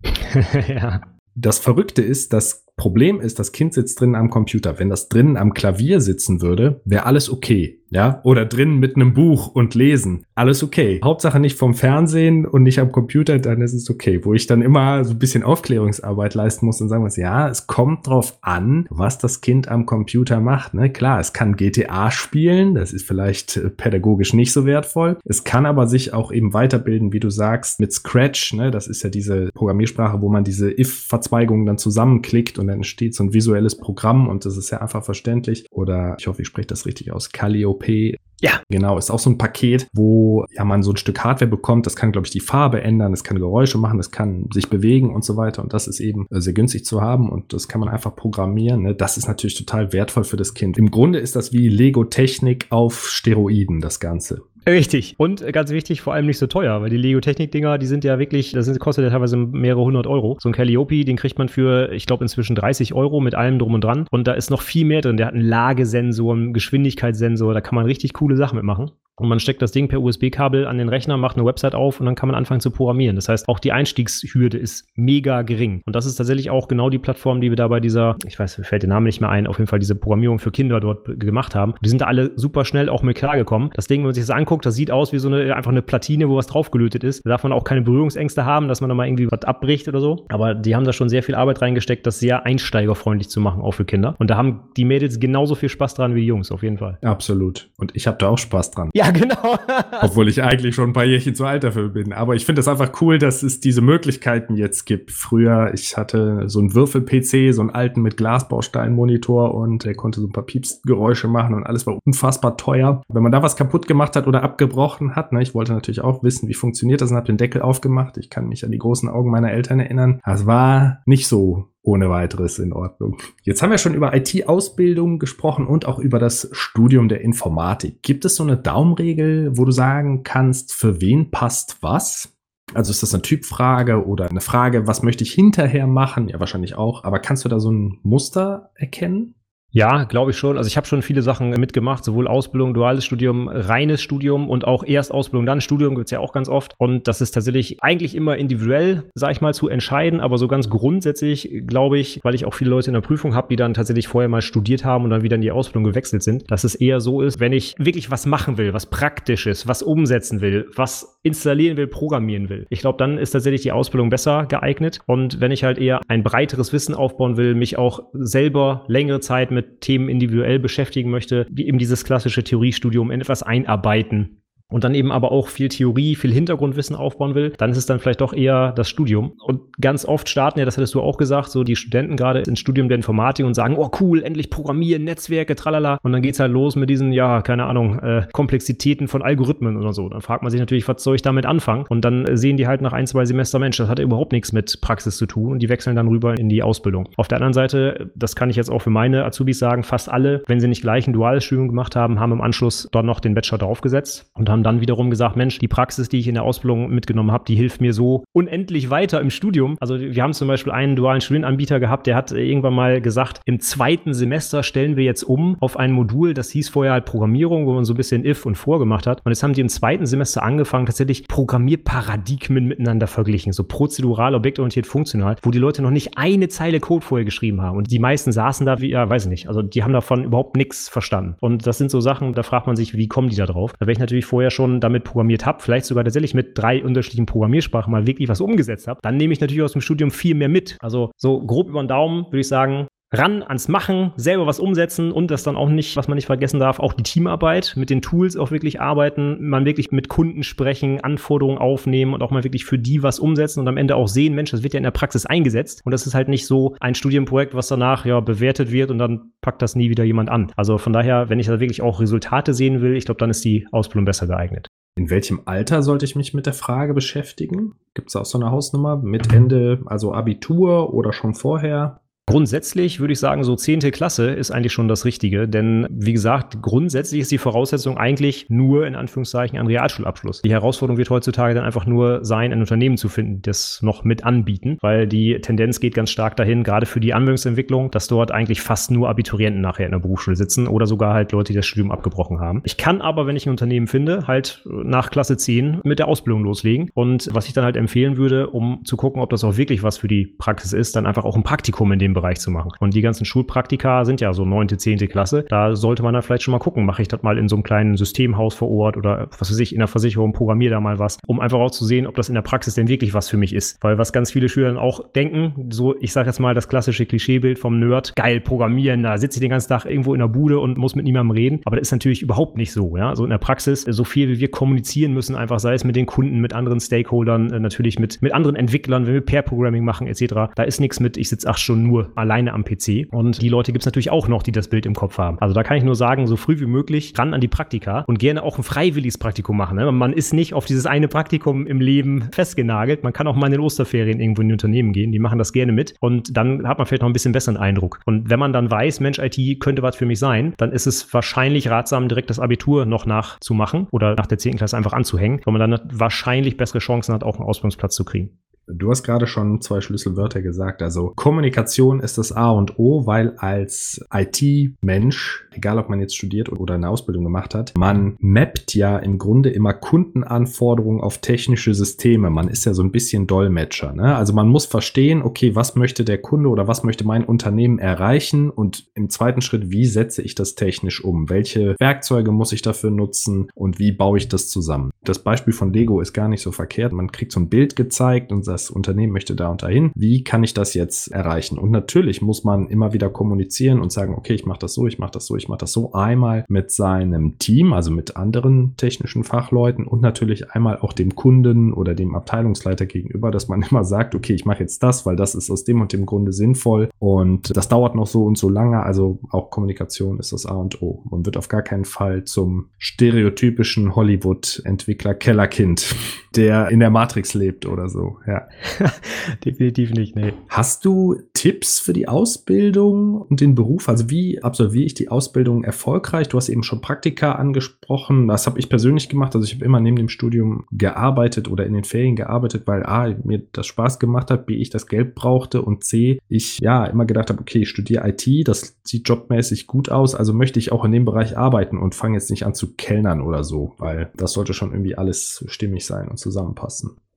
Ja. Das Verrückte ist, das Problem ist, das Kind sitzt drinnen am Computer. Wenn das drinnen am Klavier sitzen würde, wäre alles okay. Ja, oder drinnen mit einem Buch und lesen. Alles okay. Hauptsache nicht vom Fernsehen und nicht am Computer, dann ist es okay. Wo ich dann immer so ein bisschen Aufklärungsarbeit leisten muss und sagen muss, ja, es kommt drauf an, was das Kind am Computer macht. Ne? Klar, es kann GTA spielen, das ist vielleicht pädagogisch nicht so wertvoll. Es kann aber sich auch eben weiterbilden, wie du sagst, mit Scratch. Ne? Das ist ja diese Programmiersprache, wo man diese If-Verzweigungen dann zusammenklickt und dann entsteht so ein visuelles Programm und das ist ja einfach verständlich. Oder ich hoffe, ich spreche das richtig aus, Calliope. Ja, genau, ist auch so ein Paket, wo ja man so ein Stück Hardware bekommt. Das kann, glaube ich, die Farbe ändern, es kann Geräusche machen, es kann sich bewegen und so weiter. Und das ist eben sehr günstig zu haben und das kann man einfach programmieren. Ne? Das ist natürlich total wertvoll für das Kind. Im Grunde ist das wie Lego-Technik auf Steroiden, das Ganze. Richtig. Und ganz wichtig, vor allem nicht so teuer, weil die Lego-Technik-Dinger, die sind ja wirklich, kostet ja teilweise mehrere 100 Euro. So ein Calliope, den kriegt man für, ich glaube, inzwischen 30 Euro mit allem drum und dran. Und da ist noch viel mehr drin. Der hat einen Lagesensor, einen Geschwindigkeitssensor, da kann man richtig coole Sachen mitmachen. Und man steckt das Ding per USB-Kabel an den Rechner, macht eine Website auf und dann kann man anfangen zu programmieren. Das heißt, auch die Einstiegshürde ist mega gering. Und das ist tatsächlich auch genau die Plattform, die wir da bei dieser, ich weiß, mir fällt der Name nicht mehr ein, auf jeden Fall diese Programmierung für Kinder dort gemacht haben. Die sind da alle super schnell auch mit klargekommen. Das Ding, wenn man sich das anguckt, das sieht aus wie so einfach eine Platine, wo was draufgelötet ist. Da darf man auch keine Berührungsängste haben, dass man da mal irgendwie was abbricht oder so. Aber die haben da schon sehr viel Arbeit reingesteckt, das sehr einsteigerfreundlich zu machen, auch für Kinder. Und da haben die Mädels genauso viel Spaß dran wie die Jungs, auf jeden Fall. Absolut. Und ich habe da auch Spaß dran. Ja, genau. Obwohl ich eigentlich schon ein paar Jährchen zu alt dafür bin. Aber ich finde es einfach cool, dass es diese Möglichkeiten jetzt gibt. Früher, ich hatte so einen Würfel-PC, so einen alten mit Glasbausteinmonitor und der konnte so ein paar Piepsgeräusche machen und alles war unfassbar teuer. Wenn man da was kaputt gemacht hat oder abgebrochen hat, ne, ich wollte natürlich auch wissen, wie funktioniert das und habe den Deckel aufgemacht. Ich kann mich an die großen Augen meiner Eltern erinnern. Das war nicht so ohne weiteres in Ordnung. Jetzt haben wir schon über IT-Ausbildung gesprochen und auch über das Studium der Informatik. Gibt es so eine Daumenregel, wo du sagen kannst, für wen passt was? Also ist das eine Typfrage oder eine Frage, was möchte ich hinterher machen? Ja, wahrscheinlich auch. Aber kannst du da so ein Muster erkennen? Ja, glaube ich schon. Also ich habe schon viele Sachen mitgemacht, sowohl Ausbildung, duales Studium, reines Studium und auch erst Ausbildung, dann Studium gibt's ja auch ganz oft. Und das ist tatsächlich eigentlich immer individuell, sag ich mal, zu entscheiden. Aber so ganz grundsätzlich glaube ich, weil ich auch viele Leute in der Prüfung habe, die dann tatsächlich vorher mal studiert haben und dann wieder in die Ausbildung gewechselt sind, dass es eher so ist, wenn ich wirklich was machen will, was Praktisches, was umsetzen will, was installieren will, programmieren will. Ich glaube, dann ist tatsächlich die Ausbildung besser geeignet. Und wenn ich halt eher ein breiteres Wissen aufbauen will, mich auch selber längere Zeit mit Themen individuell beschäftigen möchte, wie eben dieses klassische Theoriestudium in etwas einarbeiten, und dann eben aber auch viel Theorie, viel Hintergrundwissen aufbauen will, dann ist es dann vielleicht doch eher das Studium. Und ganz oft starten ja, das hattest du auch gesagt, so die Studenten gerade ins Studium der Informatik und sagen, oh cool, endlich Programmieren, Netzwerke, tralala. Und dann geht's halt los mit diesen, ja, keine Ahnung, Komplexitäten von Algorithmen oder so. Dann fragt man sich natürlich, was soll ich damit anfangen? Und dann sehen die halt nach 1-2 Semester, Mensch, das hat ja überhaupt nichts mit Praxis zu tun, und die wechseln dann rüber in die Ausbildung. Auf der anderen Seite, das kann ich jetzt auch für meine Azubis sagen, fast alle, wenn sie nicht gleich ein duales Studium gemacht haben, haben im Anschluss dann noch den Bachelor draufgesetzt und haben dann wiederum gesagt, Mensch, die Praxis, die ich in der Ausbildung mitgenommen habe, die hilft mir so unendlich weiter im Studium. Also wir haben zum Beispiel einen dualen Studienanbieter gehabt, der hat irgendwann mal gesagt, im 2. Semester stellen wir jetzt um auf ein Modul, das hieß vorher halt Programmierung, wo man so ein bisschen If und For gemacht hat. Und jetzt haben die im 2. Semester angefangen, tatsächlich Programmierparadigmen miteinander verglichen, so prozedural, objektorientiert, funktional, wo die Leute noch nicht eine Zeile Code vorher geschrieben haben. Und die meisten saßen da wie, ja, weiß ich nicht, also die haben davon überhaupt nichts verstanden. Und das sind so Sachen, da fragt man sich, wie kommen die da drauf? Wenn ich natürlich vorher schon damit programmiert habe, vielleicht sogar tatsächlich mit 3 unterschiedlichen Programmiersprachen mal wirklich was umgesetzt habe, dann nehme ich natürlich aus dem Studium viel mehr mit. Also so grob über den Daumen würde ich sagen, ran ans Machen, selber was umsetzen und das dann auch nicht, was man nicht vergessen darf, auch die Teamarbeit, mit den Tools auch wirklich arbeiten, man wirklich mit Kunden sprechen, Anforderungen aufnehmen und auch mal wirklich für die was umsetzen und am Ende auch sehen, Mensch, das wird ja in der Praxis eingesetzt und das ist halt nicht so ein Studienprojekt, was danach ja bewertet wird und dann packt das nie wieder jemand an. Also von daher, wenn ich da wirklich auch Resultate sehen will, ich glaube, dann ist die Ausbildung besser geeignet. In welchem Alter sollte ich mich mit der Frage beschäftigen? Gibt es auch so eine Hausnummer mit Ende, also Abitur oder schon vorher? Grundsätzlich würde ich sagen, so 10. Klasse ist eigentlich schon das Richtige, denn wie gesagt, grundsätzlich ist die Voraussetzung eigentlich nur in Anführungszeichen ein Realschulabschluss. Die Herausforderung wird heutzutage dann einfach nur sein, ein Unternehmen zu finden, die das noch mit anbieten, weil die Tendenz geht ganz stark dahin, gerade für die Anwendungsentwicklung, dass dort eigentlich fast nur Abiturienten nachher in der Berufsschule sitzen oder sogar halt Leute, die das Studium abgebrochen haben. Ich kann aber, wenn ich ein Unternehmen finde, halt nach Klasse 10 mit der Ausbildung loslegen und was ich dann halt empfehlen würde, um zu gucken, ob das auch wirklich was für die Praxis ist, dann einfach auch ein Praktikum in dem Bereich zu machen. Und die ganzen Schulpraktika sind ja so 9., 10. Klasse. Da sollte man dann vielleicht schon mal gucken, mache ich das mal in so einem kleinen Systemhaus vor Ort oder was weiß ich, in der Versicherung, programmiere da mal was, um einfach auch zu sehen, ob das in der Praxis denn wirklich was für mich ist. Weil was ganz viele Schüler dann auch denken, so ich sage jetzt mal das klassische Klischeebild vom Nerd, geil programmieren, da sitze ich den ganzen Tag irgendwo in der Bude und muss mit niemandem reden. Aber das ist natürlich überhaupt nicht so. Ja? So in der Praxis, so viel wie wir kommunizieren müssen, einfach sei es mit den Kunden, mit anderen Stakeholdern, natürlich mit anderen Entwicklern, wenn wir Pair-Programming machen etc. Da ist nichts mit, ich sitze 8 Stunden nur alleine am PC. Und die Leute gibt es natürlich auch noch, die das Bild im Kopf haben. Also da kann ich nur sagen, so früh wie möglich ran an die Praktika und gerne auch ein freiwilliges Praktikum machen. Ne? Man ist nicht auf dieses eine Praktikum im Leben festgenagelt. Man kann auch mal in den Osterferien irgendwo in die Unternehmen gehen. Die machen das gerne mit. Und dann hat man vielleicht noch ein bisschen besseren Eindruck. Und wenn man dann weiß, Mensch, IT könnte was für mich sein, dann ist es wahrscheinlich ratsam, direkt das Abitur noch nachzumachen oder nach der 10. Klasse einfach anzuhängen, weil man dann wahrscheinlich bessere Chancen hat, auch einen Ausbildungsplatz zu kriegen. Du hast gerade schon 2 Schlüsselwörter gesagt. Also Kommunikation ist das A und O, weil als IT-Mensch, egal ob man jetzt studiert oder eine Ausbildung gemacht hat, man mappt ja im Grunde immer Kundenanforderungen auf technische Systeme. Man ist ja so ein bisschen Dolmetscher, ne? Also man muss verstehen, okay, was möchte der Kunde oder was möchte mein Unternehmen erreichen und im zweiten Schritt, wie setze ich das technisch um? Welche Werkzeuge muss ich dafür nutzen und wie baue ich das zusammen? Das Beispiel von Lego ist gar nicht so verkehrt. Man kriegt so ein Bild gezeigt und das Unternehmen möchte da und dahin. Wie kann ich das jetzt erreichen? Und natürlich muss man immer wieder kommunizieren und sagen, okay, ich mache das so, ich mache das so, ich mache das so. Einmal mit seinem Team, also mit anderen technischen Fachleuten und natürlich einmal auch dem Kunden oder dem Abteilungsleiter gegenüber, dass man immer sagt, okay, ich mache jetzt das, weil das ist aus dem und dem Grunde sinnvoll und das dauert noch so und so lange. Also auch Kommunikation ist das A und O. Man wird auf gar keinen Fall zum stereotypischen Hollywood-Entwickler Kellerkind, der in der Matrix lebt oder so. Ja. Definitiv nicht, nee. Hast du Tipps für die Ausbildung und den Beruf? Also wie absolviere ich die Ausbildung erfolgreich? Du hast eben schon Praktika angesprochen. Das habe ich persönlich gemacht. Also ich habe immer neben dem Studium gearbeitet oder in den Ferien gearbeitet, weil A, mir das Spaß gemacht hat, B, ich das Geld brauchte und C, ich ja immer gedacht habe, okay, ich studiere IT, das sieht jobmäßig gut aus, also möchte ich auch in dem Bereich arbeiten und fange jetzt nicht an zu kellnern oder so, weil das sollte schon irgendwie alles stimmig sein und zusammenpassen.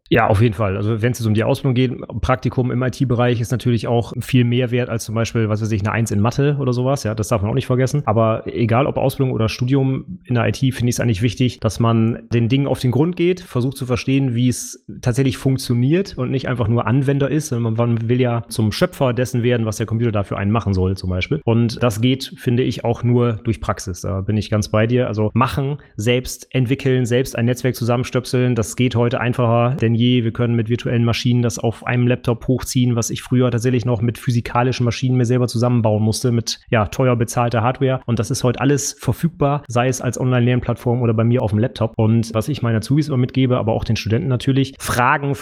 Ja, auf jeden Fall. Also wenn es jetzt um die Ausbildung geht, Praktikum im IT-Bereich ist natürlich auch viel mehr wert als zum Beispiel, was weiß ich, eine 1 in Mathe oder sowas. Ja, das darf man auch nicht vergessen. Aber egal ob Ausbildung oder Studium in der IT, finde ich es eigentlich wichtig, dass man den Dingen auf den Grund geht, versucht zu verstehen, wie es tatsächlich funktioniert und nicht einfach nur Anwender ist. Man will ja zum Schöpfer dessen werden, was der Computer da für einen machen soll zum Beispiel. Und das geht, finde ich, auch nur durch Praxis. Da bin ich ganz bei dir. Also machen, selbst entwickeln, selbst ein Netzwerk zusammenstöpseln, das geht heute einfacher denn je. Wir können mit virtuellen Maschinen das auf einem Laptop hochziehen, was ich früher tatsächlich noch mit physikalischen Maschinen mir selber zusammenbauen musste, mit teuer bezahlter Hardware. Und das ist heute alles verfügbar, sei es als Online-Lernplattform oder bei mir auf dem Laptop. Und was ich meinen Azubis immer mitgebe, aber auch den Studenten natürlich, Fragen.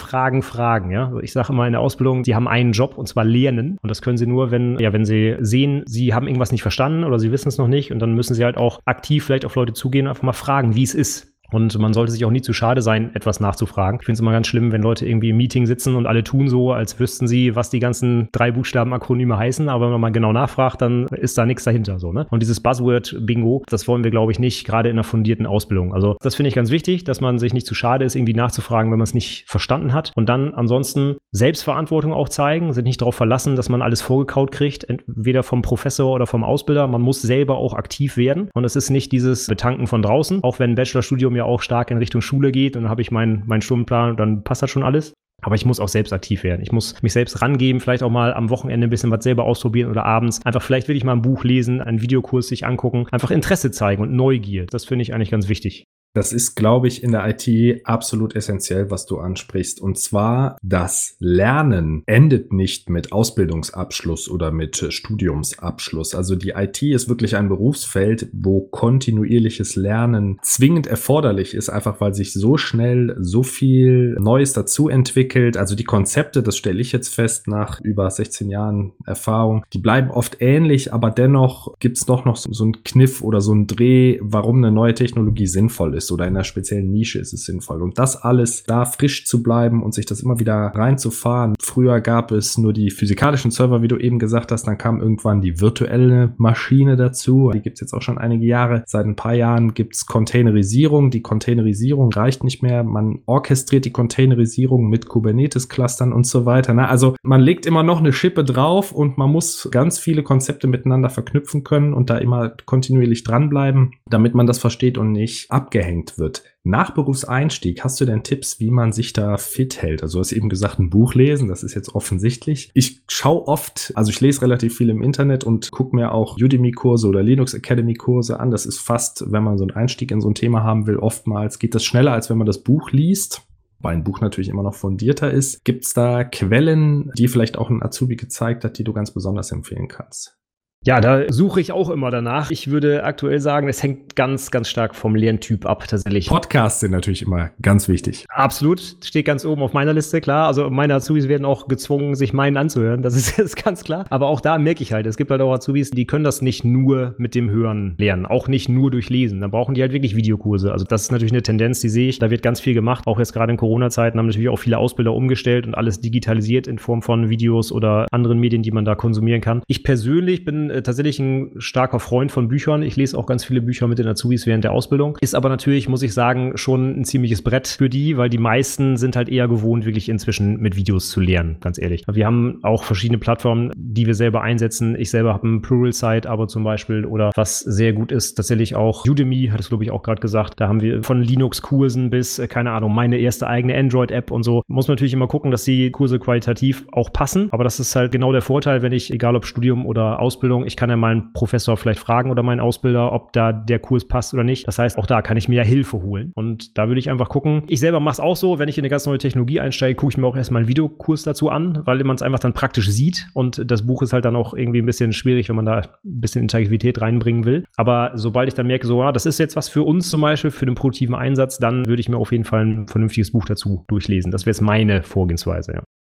Ja? Also ich sage immer in der Ausbildung, sie haben einen Job und zwar lernen. Und das können sie nur, wenn sie sehen, sie haben irgendwas nicht verstanden oder sie wissen es noch nicht. Und dann müssen sie halt auch aktiv vielleicht auf Leute zugehen und einfach mal fragen, wie es ist. Und man sollte sich auch nie zu schade sein, etwas nachzufragen. Ich finde es immer ganz schlimm, wenn Leute irgendwie im Meeting sitzen und alle tun so, als wüssten sie, was die ganzen 3 Buchstaben-Akronyme heißen. Aber wenn man mal genau nachfragt, dann ist da nichts dahinter. So, ne? Und dieses Buzzword-Bingo, das wollen wir, glaube ich, nicht, gerade in einer fundierten Ausbildung. Also das finde ich ganz wichtig, dass man sich nicht zu schade ist, irgendwie nachzufragen, wenn man es nicht verstanden hat. Und dann ansonsten Selbstverantwortung auch zeigen, sind nicht darauf verlassen, dass man alles vorgekaut kriegt, entweder vom Professor oder vom Ausbilder. Man muss selber auch aktiv werden. Und es ist nicht dieses Betanken von draußen, auch wenn ein Bachelorstudium ja auch stark in Richtung Schule geht und dann habe ich meinen Stundenplan und dann passt das schon alles. Aber ich muss auch selbst aktiv werden. Ich muss mich selbst rangeben, vielleicht auch mal am Wochenende ein bisschen was selber ausprobieren oder abends. Einfach vielleicht will ich mal ein Buch lesen, einen Videokurs sich angucken. Einfach Interesse zeigen und Neugier. Das finde ich eigentlich ganz wichtig. Das ist, glaube ich, in der IT absolut essentiell, was du ansprichst. Und zwar, das Lernen endet nicht mit Ausbildungsabschluss oder mit Studiumsabschluss. Also die IT ist wirklich ein Berufsfeld, wo kontinuierliches Lernen zwingend erforderlich ist, einfach weil sich so schnell so viel Neues dazu entwickelt. Also die Konzepte, das stelle ich jetzt fest nach über 16 Jahren Erfahrung, die bleiben oft ähnlich, aber dennoch gibt es doch noch so einen Kniff oder so einen Dreh, warum eine neue Technologie sinnvoll ist. Oder in einer speziellen Nische ist es sinnvoll. Und das alles da frisch zu bleiben und sich das immer wieder reinzufahren. Früher gab es nur die physikalischen Server, wie du eben gesagt hast, dann kam irgendwann die virtuelle Maschine dazu. Die gibt es jetzt auch schon einige Jahre. Seit ein paar Jahren gibt es Containerisierung. Die Containerisierung reicht nicht mehr. Man orchestriert die Containerisierung mit Kubernetes-Clustern und so weiter. Also man legt immer noch eine Schippe drauf und man muss ganz viele Konzepte miteinander verknüpfen können und da immer kontinuierlich dranbleiben, damit man das versteht und nicht abgehängt wird. Nach Berufseinstieg, hast du denn Tipps, wie man sich da fit hält? Also du hast eben gesagt, ein Buch lesen, das ist jetzt offensichtlich. Ich schaue oft, also ich lese relativ viel im Internet und gucke mir auch Udemy-Kurse oder Linux Academy-Kurse an. Das ist fast, wenn man so einen Einstieg in so ein Thema haben will, oftmals geht das schneller, als wenn man das Buch liest. Weil ein Buch natürlich immer noch fundierter ist. Gibt es da Quellen, die vielleicht auch ein Azubi gezeigt hat, die du ganz besonders empfehlen kannst? Ja, da suche ich auch immer danach. Ich würde aktuell sagen, es hängt ganz, ganz stark vom Lerntyp ab, tatsächlich. Podcasts sind natürlich immer ganz wichtig. Absolut, steht ganz oben auf meiner Liste, klar. Also meine Azubis werden auch gezwungen, sich meinen anzuhören, das ist ganz klar. Aber auch da merke ich halt, es gibt halt auch Azubis, die können das nicht nur mit dem Hören lernen, auch nicht nur durch Lesen. Dann brauchen die halt wirklich Videokurse. Also das ist natürlich eine Tendenz, die sehe ich. Da wird ganz viel gemacht. Auch jetzt gerade in Corona-Zeiten haben natürlich auch viele Ausbilder umgestellt und alles digitalisiert in Form von Videos oder anderen Medien, die man da konsumieren kann. Ich persönlich bin tatsächlich ein starker Freund von Büchern. Ich lese auch ganz viele Bücher mit den Azubis während der Ausbildung. Ist aber natürlich, muss ich sagen, schon ein ziemliches Brett für die, weil die meisten sind halt eher gewohnt, wirklich inzwischen mit Videos zu lernen, ganz ehrlich. Wir haben auch verschiedene Plattformen, die wir selber einsetzen. Ich selber habe ein Pluralsight-Abo zum Beispiel oder was sehr gut ist, tatsächlich auch Udemy, hattest du, glaube ich, auch gerade gesagt. Da haben wir von Linux-Kursen bis, keine Ahnung, meine erste eigene Android-App und so. Muss man natürlich immer gucken, dass die Kurse qualitativ auch passen. Aber das ist halt genau der Vorteil, wenn ich, egal ob Studium oder Ausbildung, ich kann ja meinen Professor vielleicht fragen oder meinen Ausbilder, ob da der Kurs passt oder nicht. Das heißt, auch da kann ich mir ja Hilfe holen. Und da würde ich einfach gucken. Ich selber mache es auch so, wenn ich in eine ganz neue Technologie einsteige, gucke ich mir auch erstmal einen Videokurs dazu an, weil man es einfach dann praktisch sieht. Und das Buch ist halt dann auch irgendwie ein bisschen schwierig, wenn man da ein bisschen Interaktivität reinbringen will. Aber sobald ich dann merke, so, das ist jetzt was für uns zum Beispiel, für den produktiven Einsatz, dann würde ich mir auf jeden Fall ein vernünftiges Buch dazu durchlesen. Das wäre jetzt meine Vorgehensweise, ja.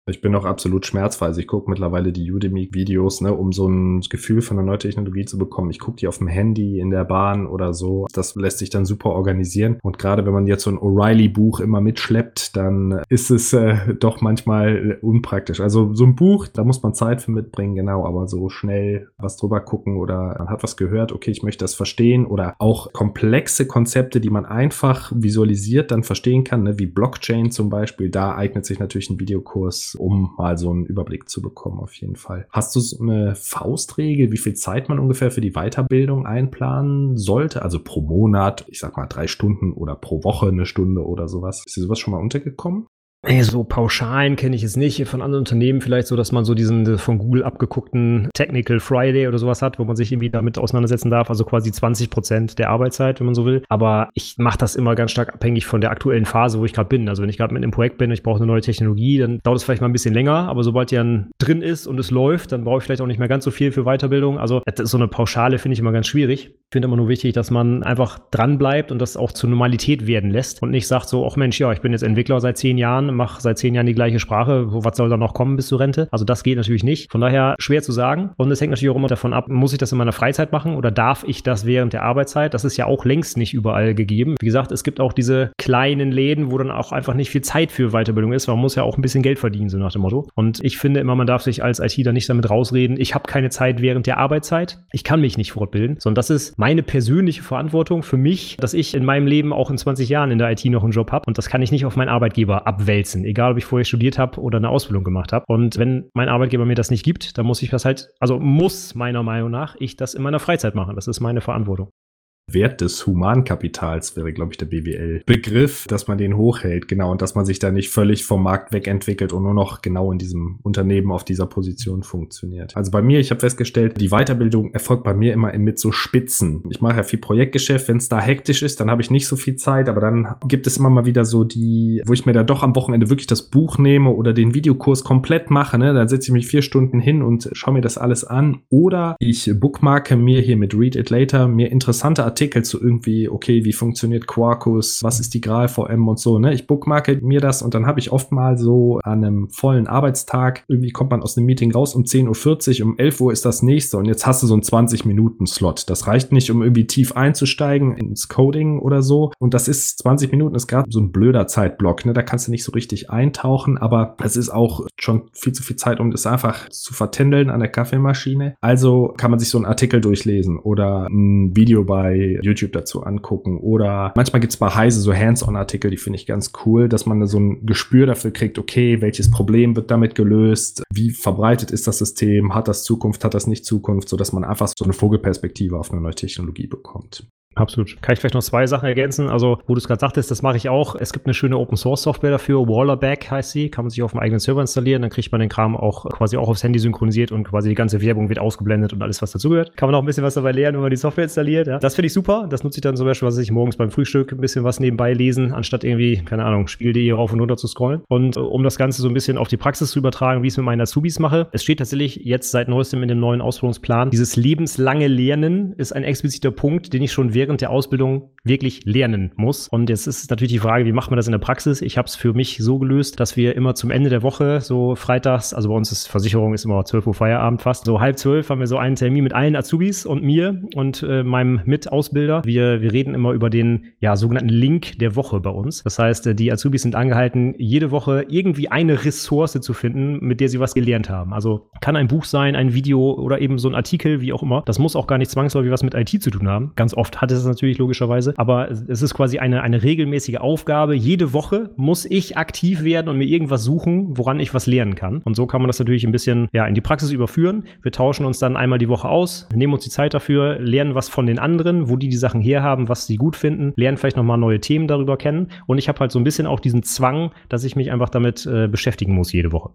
Ich bin auch absolut schmerzfrei. Also ich gucke mittlerweile die Udemy-Videos, ne, um so ein Gefühl von der neuen Technologie zu bekommen. Ich gucke die auf dem Handy, in der Bahn oder so. Das lässt sich dann super organisieren. Und gerade wenn man jetzt so ein O'Reilly-Buch immer mitschleppt, dann ist es doch manchmal unpraktisch. Also so ein Buch, da muss man Zeit für mitbringen, genau, aber so schnell was drüber gucken oder man hat was gehört, okay, ich möchte das verstehen, oder auch komplexe Konzepte, die man einfach visualisiert dann verstehen kann, ne, wie Blockchain zum Beispiel. Da eignet sich natürlich ein Videokurs, um mal so einen Überblick zu bekommen, auf jeden Fall. Hast du so eine Faustregel, wie viel Zeit man ungefähr für die Weiterbildung einplanen sollte? Also pro Monat, ich sag mal 3 Stunden oder pro Woche 1 Stunde oder sowas. Ist dir sowas schon mal untergekommen? So Pauschalen kenne ich es nicht. Von anderen Unternehmen vielleicht so, dass man so diesen von Google abgeguckten Technical Friday oder sowas hat, wo man sich irgendwie damit auseinandersetzen darf. Also quasi 20% der Arbeitszeit, wenn man so will. Aber ich mache das immer ganz stark abhängig von der aktuellen Phase, wo ich gerade bin. Also wenn ich gerade mit einem Projekt bin und ich brauche eine neue Technologie, dann dauert es vielleicht mal ein bisschen länger. Aber sobald die dann drin ist und es läuft, dann brauche ich vielleicht auch nicht mehr ganz so viel für Weiterbildung. Also das ist so eine Pauschale, finde ich immer ganz schwierig. Ich finde immer nur wichtig, dass man einfach dran bleibt und das auch zur Normalität werden lässt und nicht sagt so, ach Mensch, ja, ich bin jetzt Entwickler seit 10 Jahren, mache seit 10 Jahren die gleiche Sprache, was soll da noch kommen bis zur Rente? Also das geht natürlich nicht. Von daher schwer zu sagen. Und es hängt natürlich auch immer davon ab, muss ich das in meiner Freizeit machen oder darf ich das während der Arbeitszeit? Das ist ja auch längst nicht überall gegeben. Wie gesagt, es gibt auch diese kleinen Läden, wo dann auch einfach nicht viel Zeit für Weiterbildung ist. Man muss ja auch ein bisschen Geld verdienen, so nach dem Motto. Und ich finde immer, man darf sich als ITler nicht damit rausreden, ich habe keine Zeit während der Arbeitszeit. Ich kann mich nicht fortbilden, sondern das ist meine persönliche Verantwortung für mich, dass ich in meinem Leben auch in 20 Jahren in der IT noch einen Job habe. Und das kann ich nicht auf meinen Arbeitgeber abwälzen, egal ob ich vorher studiert habe oder eine Ausbildung gemacht habe. Und wenn mein Arbeitgeber mir das nicht gibt, dann muss ich das halt, also muss meiner Meinung nach, ich das in meiner Freizeit machen. Das ist meine Verantwortung. Wert des Humankapitals wäre, glaube ich, der BWL-Begriff, dass man den hochhält, genau, und dass man sich da nicht völlig vom Markt wegentwickelt und nur noch genau in diesem Unternehmen auf dieser Position funktioniert. Also bei mir, ich habe festgestellt, die Weiterbildung erfolgt bei mir immer mit so Spitzen. Ich mache ja viel Projektgeschäft, wenn es da hektisch ist, dann habe ich nicht so viel Zeit, aber dann gibt es immer mal wieder so die, wo ich mir da doch am Wochenende wirklich das Buch nehme oder den Videokurs komplett mache, ne? Dann setze ich mich 4 Stunden hin und schaue mir das alles an, oder ich bookmarke mir hier mit Read It Later mir interessante Artikel zu irgendwie, okay, wie funktioniert Quarkus, was ist die GraalVM und so, ne? Ich bookmarke mir das und dann habe ich oft mal so an einem vollen Arbeitstag, irgendwie kommt man aus einem Meeting raus um 10:40 Uhr, um 11 Uhr ist das nächste und jetzt hast du so einen 20-Minuten-Slot. Das reicht nicht, um irgendwie tief einzusteigen ins Coding oder so, und das ist 20 Minuten, ist gerade so ein blöder Zeitblock, ne? Da kannst du nicht so richtig eintauchen, aber es ist auch schon viel zu viel Zeit, um das einfach zu vertändeln an der Kaffeemaschine. Also kann man sich so einen Artikel durchlesen oder ein Video bei YouTube dazu angucken, oder manchmal gibt es bei Heise so Hands-on-Artikel, die finde ich ganz cool, dass man so ein Gespür dafür kriegt, okay, welches Problem wird damit gelöst, wie verbreitet ist das System, hat das Zukunft, hat das nicht Zukunft, sodass man einfach so eine Vogelperspektive auf eine neue Technologie bekommt. Absolut. Kann ich vielleicht noch 2 Sachen ergänzen? Also, wo du es gerade sagtest, das mache ich auch. Es gibt eine schöne Open-Source-Software dafür. Wallerback heißt sie. Kann man sich auf dem eigenen Server installieren. Dann kriegt man den Kram auch quasi auch aufs Handy synchronisiert und quasi die ganze Werbung wird ausgeblendet und alles, was dazugehört. Kann man auch ein bisschen was dabei lernen, wenn man die Software installiert. Ja. Das finde ich super. Das nutze ich dann zum Beispiel, was ich morgens beim Frühstück ein bisschen was nebenbei lesen, anstatt irgendwie, keine Ahnung, Spiel.de rauf und runter zu scrollen. Und um das Ganze so ein bisschen auf die Praxis zu übertragen, wie ich es mit meinen Azubis mache. Es steht tatsächlich jetzt seit neuestem in dem neuen Ausbildungsplan, dieses lebenslange Lernen ist ein expliziter Punkt, den ich schon während der Ausbildung wirklich lernen muss. Und jetzt ist natürlich die Frage, wie macht man das in der Praxis? Ich habe es für mich so gelöst, dass wir immer zum Ende der Woche, so freitags, also bei uns ist Versicherung ist immer 12 Uhr Feierabend fast, so 11:30 haben wir so einen Termin mit allen Azubis und mir und meinem Mitausbilder. Wir reden immer über den sogenannten Link der Woche bei uns. Das heißt, die Azubis sind angehalten, jede Woche irgendwie eine Ressource zu finden, mit der sie was gelernt haben. Also kann ein Buch sein, ein Video oder eben so ein Artikel, wie auch immer. Das muss auch gar nicht zwangsläufig was mit IT zu tun haben. Ganz oft hat es natürlich logischerweise, aber es ist quasi eine regelmäßige Aufgabe. Jede Woche muss ich aktiv werden und mir irgendwas suchen, woran ich was lernen kann. Und so kann man das natürlich ein bisschen in die Praxis überführen. Wir tauschen uns dann einmal die Woche aus, nehmen uns die Zeit dafür, lernen was von den anderen, wo die Sachen herhaben, was sie gut finden, lernen vielleicht nochmal neue Themen darüber kennen. Und ich habe halt so ein bisschen auch diesen Zwang, dass ich mich einfach damit beschäftigen muss jede Woche.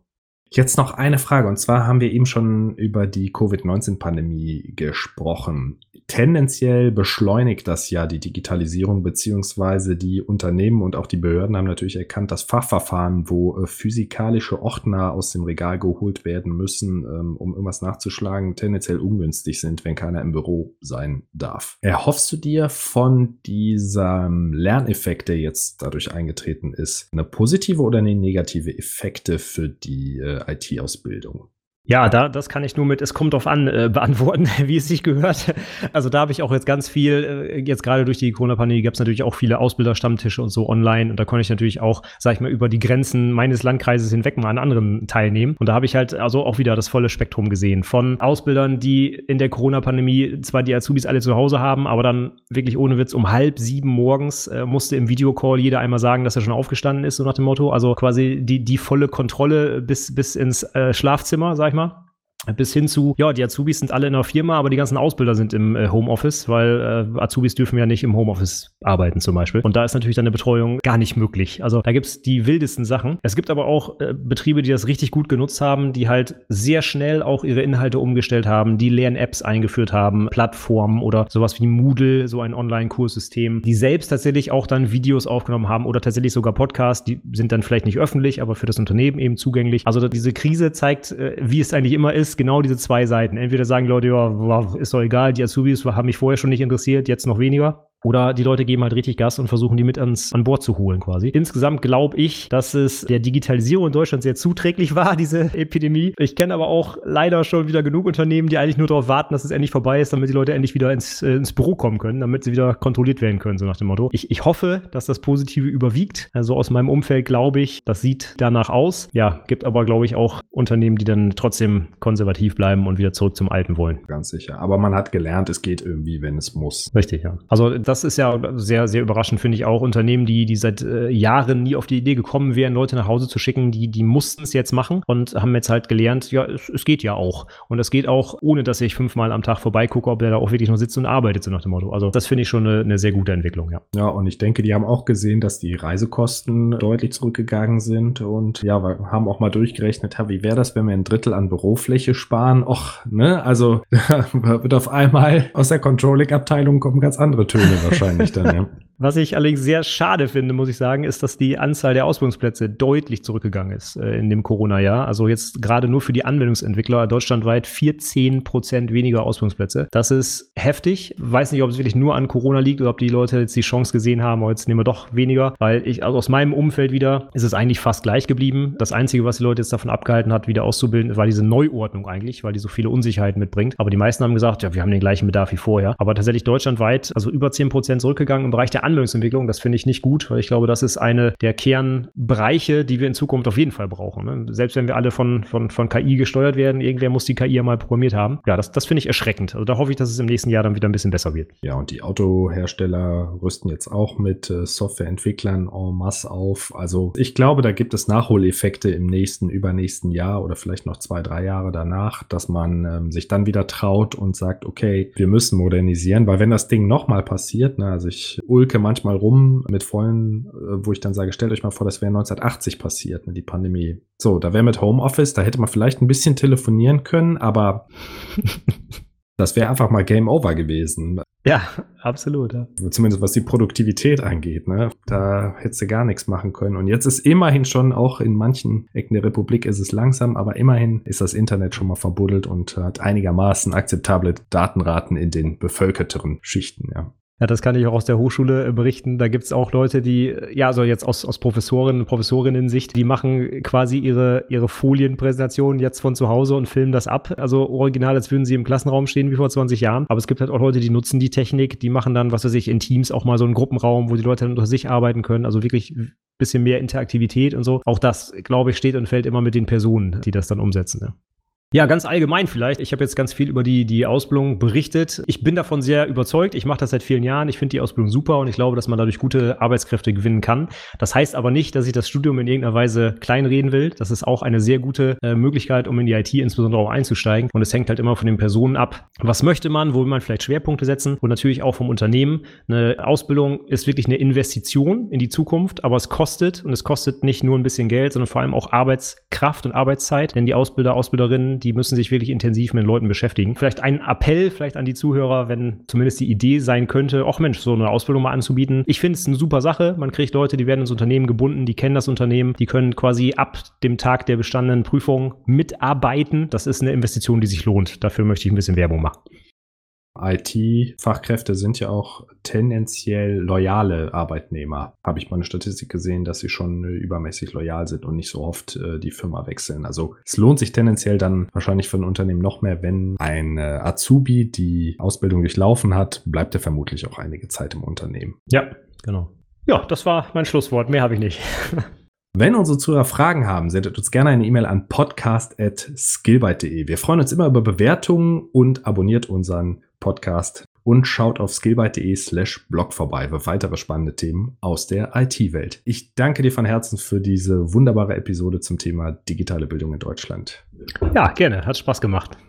Jetzt noch eine Frage, und zwar haben wir eben schon über die Covid-19-Pandemie gesprochen. Tendenziell beschleunigt das ja die Digitalisierung, beziehungsweise die Unternehmen und auch die Behörden haben natürlich erkannt, dass Fachverfahren, wo physikalische Ordner aus dem Regal geholt werden müssen, um irgendwas nachzuschlagen, tendenziell ungünstig sind, wenn keiner im Büro sein darf. Erhoffst du dir von diesem Lerneffekt, der jetzt dadurch eingetreten ist, eine positive oder eine negative Effekte für die IT-Ausbildung? Ja, das kann ich nur mit "Es kommt drauf an" beantworten, wie es sich gehört. Also da habe ich auch jetzt ganz viel, jetzt gerade durch die Corona-Pandemie gab es natürlich auch viele Ausbilderstammtische und so online. Und da konnte ich natürlich auch, sag ich mal, über die Grenzen meines Landkreises hinweg mal an anderen teilnehmen. Und da habe ich halt also auch wieder das volle Spektrum gesehen. Von Ausbildern, die in der Corona-Pandemie zwar die Azubis alle zu Hause haben, aber dann wirklich ohne Witz um 6:30 morgens musste im Videocall jeder einmal sagen, dass er schon aufgestanden ist, so nach dem Motto. Also quasi die volle Kontrolle bis ins Schlafzimmer, sag ich mal. Bis hin zu, ja, die Azubis sind alle in der Firma, aber die ganzen Ausbilder sind im Homeoffice, weil Azubis dürfen ja nicht im Homeoffice arbeiten zum Beispiel. Und da ist natürlich dann eine Betreuung gar nicht möglich. Also da gibt's die wildesten Sachen. Es gibt aber auch Betriebe, die das richtig gut genutzt haben, die halt sehr schnell auch ihre Inhalte umgestellt haben, die Lern-Apps eingeführt haben, Plattformen oder sowas wie Moodle, so ein Online-Kurssystem, die selbst tatsächlich auch dann Videos aufgenommen haben oder tatsächlich sogar Podcasts, die sind dann vielleicht nicht öffentlich, aber für das Unternehmen eben zugänglich. Also diese Krise zeigt, wie es eigentlich immer ist, genau diese zwei Seiten. Entweder sagen die Leute, ja, ist doch egal, die Azubis haben mich vorher schon nicht interessiert, jetzt noch weniger. Oder die Leute geben halt richtig Gas und versuchen, die mit an Bord zu holen quasi. Insgesamt glaube ich, dass es der Digitalisierung in Deutschland sehr zuträglich war, diese Epidemie. Ich kenne aber auch leider schon wieder genug Unternehmen, die eigentlich nur darauf warten, dass es endlich vorbei ist, damit die Leute endlich wieder ins Büro kommen können, damit sie wieder kontrolliert werden können, so nach dem Motto. Ich hoffe, dass das Positive überwiegt. Also aus meinem Umfeld glaube ich, das sieht danach aus. Ja, gibt aber, glaube ich, auch Unternehmen, die dann trotzdem konservativ bleiben und wieder zurück zum Alten wollen. Ganz sicher. Aber man hat gelernt, es geht irgendwie, wenn es muss. Richtig, ja. Also das ist ja sehr, sehr überraschend, finde ich auch. Unternehmen, die seit Jahren nie auf die Idee gekommen wären, Leute nach Hause zu schicken, die mussten es jetzt machen und haben jetzt halt gelernt, ja, es geht ja auch. Und es geht auch, ohne dass ich 5-mal am Tag vorbeigucke, ob der da auch wirklich noch sitzt und arbeitet, so nach dem Motto. Also das finde ich schon eine sehr gute Entwicklung, ja. Ja, und ich denke, die haben auch gesehen, dass die Reisekosten deutlich zurückgegangen sind und ja, wir haben auch mal durchgerechnet, wie wäre das, wenn wir 1/3 an Bürofläche sparen? Och, ne, also wird auf einmal aus der Controlling-Abteilung kommen ganz andere Töne wahrscheinlich dann, ja. Was ich allerdings sehr schade finde, muss ich sagen, ist, dass die Anzahl der Ausbildungsplätze deutlich zurückgegangen ist in dem Corona-Jahr. Also jetzt gerade nur für die Anwendungsentwickler deutschlandweit 14% weniger Ausbildungsplätze. Das ist heftig. Weiß nicht, ob es wirklich nur an Corona liegt oder ob die Leute jetzt die Chance gesehen haben, aber jetzt nehmen wir doch weniger, weil also aus meinem Umfeld wieder ist es eigentlich fast gleich geblieben. Das Einzige, was die Leute jetzt davon abgehalten hat, wieder auszubilden, war diese Neuordnung eigentlich, weil die so viele Unsicherheiten mitbringt. Aber die meisten haben gesagt, ja, wir haben den gleichen Bedarf wie vorher. Aber tatsächlich deutschlandweit, also über 10% zurückgegangen im Bereich der Anwendungsentwicklung. Das finde ich nicht gut, weil ich glaube, das ist eine der Kernbereiche, die wir in Zukunft auf jeden Fall brauchen. Ne? Selbst wenn wir alle von KI gesteuert werden, irgendwer muss die KI ja mal programmiert haben. Ja, das finde ich erschreckend. Also da hoffe ich, dass es im nächsten Jahr dann wieder ein bisschen besser wird. Ja, und die Autohersteller rüsten jetzt auch mit Softwareentwicklern en masse auf. Also ich glaube, da gibt es Nachholeffekte im übernächsten Jahr oder vielleicht noch 2-3 Jahre danach, dass man sich dann wieder traut und sagt, okay, wir müssen modernisieren, weil wenn das Ding nochmal passiert, ne, also ich ulke manchmal rum mit vollen, wo ich dann sage, stellt euch mal vor, das wäre 1980 passiert, ne, die Pandemie. So, da wäre mit Homeoffice, da hätte man vielleicht ein bisschen telefonieren können, aber das wäre einfach mal Game Over gewesen. Ja, absolut. Ja. Zumindest was die Produktivität angeht, ne? Da hättest du gar nichts machen können. Und jetzt ist immerhin schon, auch in manchen Ecken der Republik ist es langsam, aber immerhin ist das Internet schon mal verbuddelt und hat einigermaßen akzeptable Datenraten in den bevölkerteren Schichten, ja. Ja, das kann ich auch aus der Hochschule berichten. Da gibt's auch Leute, die, ja, also jetzt aus Professorinnen-Sicht, die machen quasi ihre Folienpräsentation jetzt von zu Hause und filmen das ab. Also original, als würden sie im Klassenraum stehen wie vor 20 Jahren. Aber es gibt halt auch Leute, die nutzen die Technik, die machen dann, was weiß ich, in Teams auch mal so einen Gruppenraum, wo die Leute dann unter sich arbeiten können. Also wirklich ein bisschen mehr Interaktivität und so. Auch das, glaube ich, steht und fällt immer mit den Personen, die das dann umsetzen. Ne? Ja, ganz allgemein vielleicht. Ich habe jetzt ganz viel über die Ausbildung berichtet. Ich bin davon sehr überzeugt. Ich mache das seit vielen Jahren. Ich finde die Ausbildung super und ich glaube, dass man dadurch gute Arbeitskräfte gewinnen kann. Das heißt aber nicht, dass ich das Studium in irgendeiner Weise kleinreden will. Das ist auch eine sehr gute Möglichkeit, um in die IT insbesondere auch einzusteigen. Und es hängt halt immer von den Personen ab. Was möchte man? Wo will man vielleicht Schwerpunkte setzen? Und natürlich auch vom Unternehmen. Eine Ausbildung ist wirklich eine Investition in die Zukunft, aber es kostet. Und es kostet nicht nur ein bisschen Geld, sondern vor allem auch Arbeitskraft und Arbeitszeit. Denn die Ausbilder, Ausbilderinnen, die müssen sich wirklich intensiv mit den Leuten beschäftigen. Vielleicht ein Appell vielleicht an die Zuhörer, wenn zumindest die Idee sein könnte, ach Mensch, so eine Ausbildung mal anzubieten. Ich finde es eine super Sache. Man kriegt Leute, die werden ins Unternehmen gebunden, die kennen das Unternehmen, die können quasi ab dem Tag der bestandenen Prüfung mitarbeiten. Das ist eine Investition, die sich lohnt. Dafür möchte ich ein bisschen Werbung machen. IT-Fachkräfte sind ja auch tendenziell loyale Arbeitnehmer. Habe ich mal eine Statistik gesehen, dass sie schon übermäßig loyal sind und nicht so oft die Firma wechseln. Also es lohnt sich tendenziell dann wahrscheinlich für ein Unternehmen noch mehr, wenn ein Azubi die Ausbildung durchlaufen hat, bleibt er vermutlich auch einige Zeit im Unternehmen. Ja, genau. Ja, das war mein Schlusswort. Mehr habe ich nicht. Wenn unsere Zuhörer Fragen haben, sendet uns gerne eine E-Mail an podcast@skillbyte.de. Wir freuen uns immer über Bewertungen und abonniert unseren Podcast und schaut auf skillbyte.de/blog vorbei für weitere spannende Themen aus der IT-Welt. Ich danke dir von Herzen für diese wunderbare Episode zum Thema digitale Bildung in Deutschland. Ja, gerne. Hat Spaß gemacht.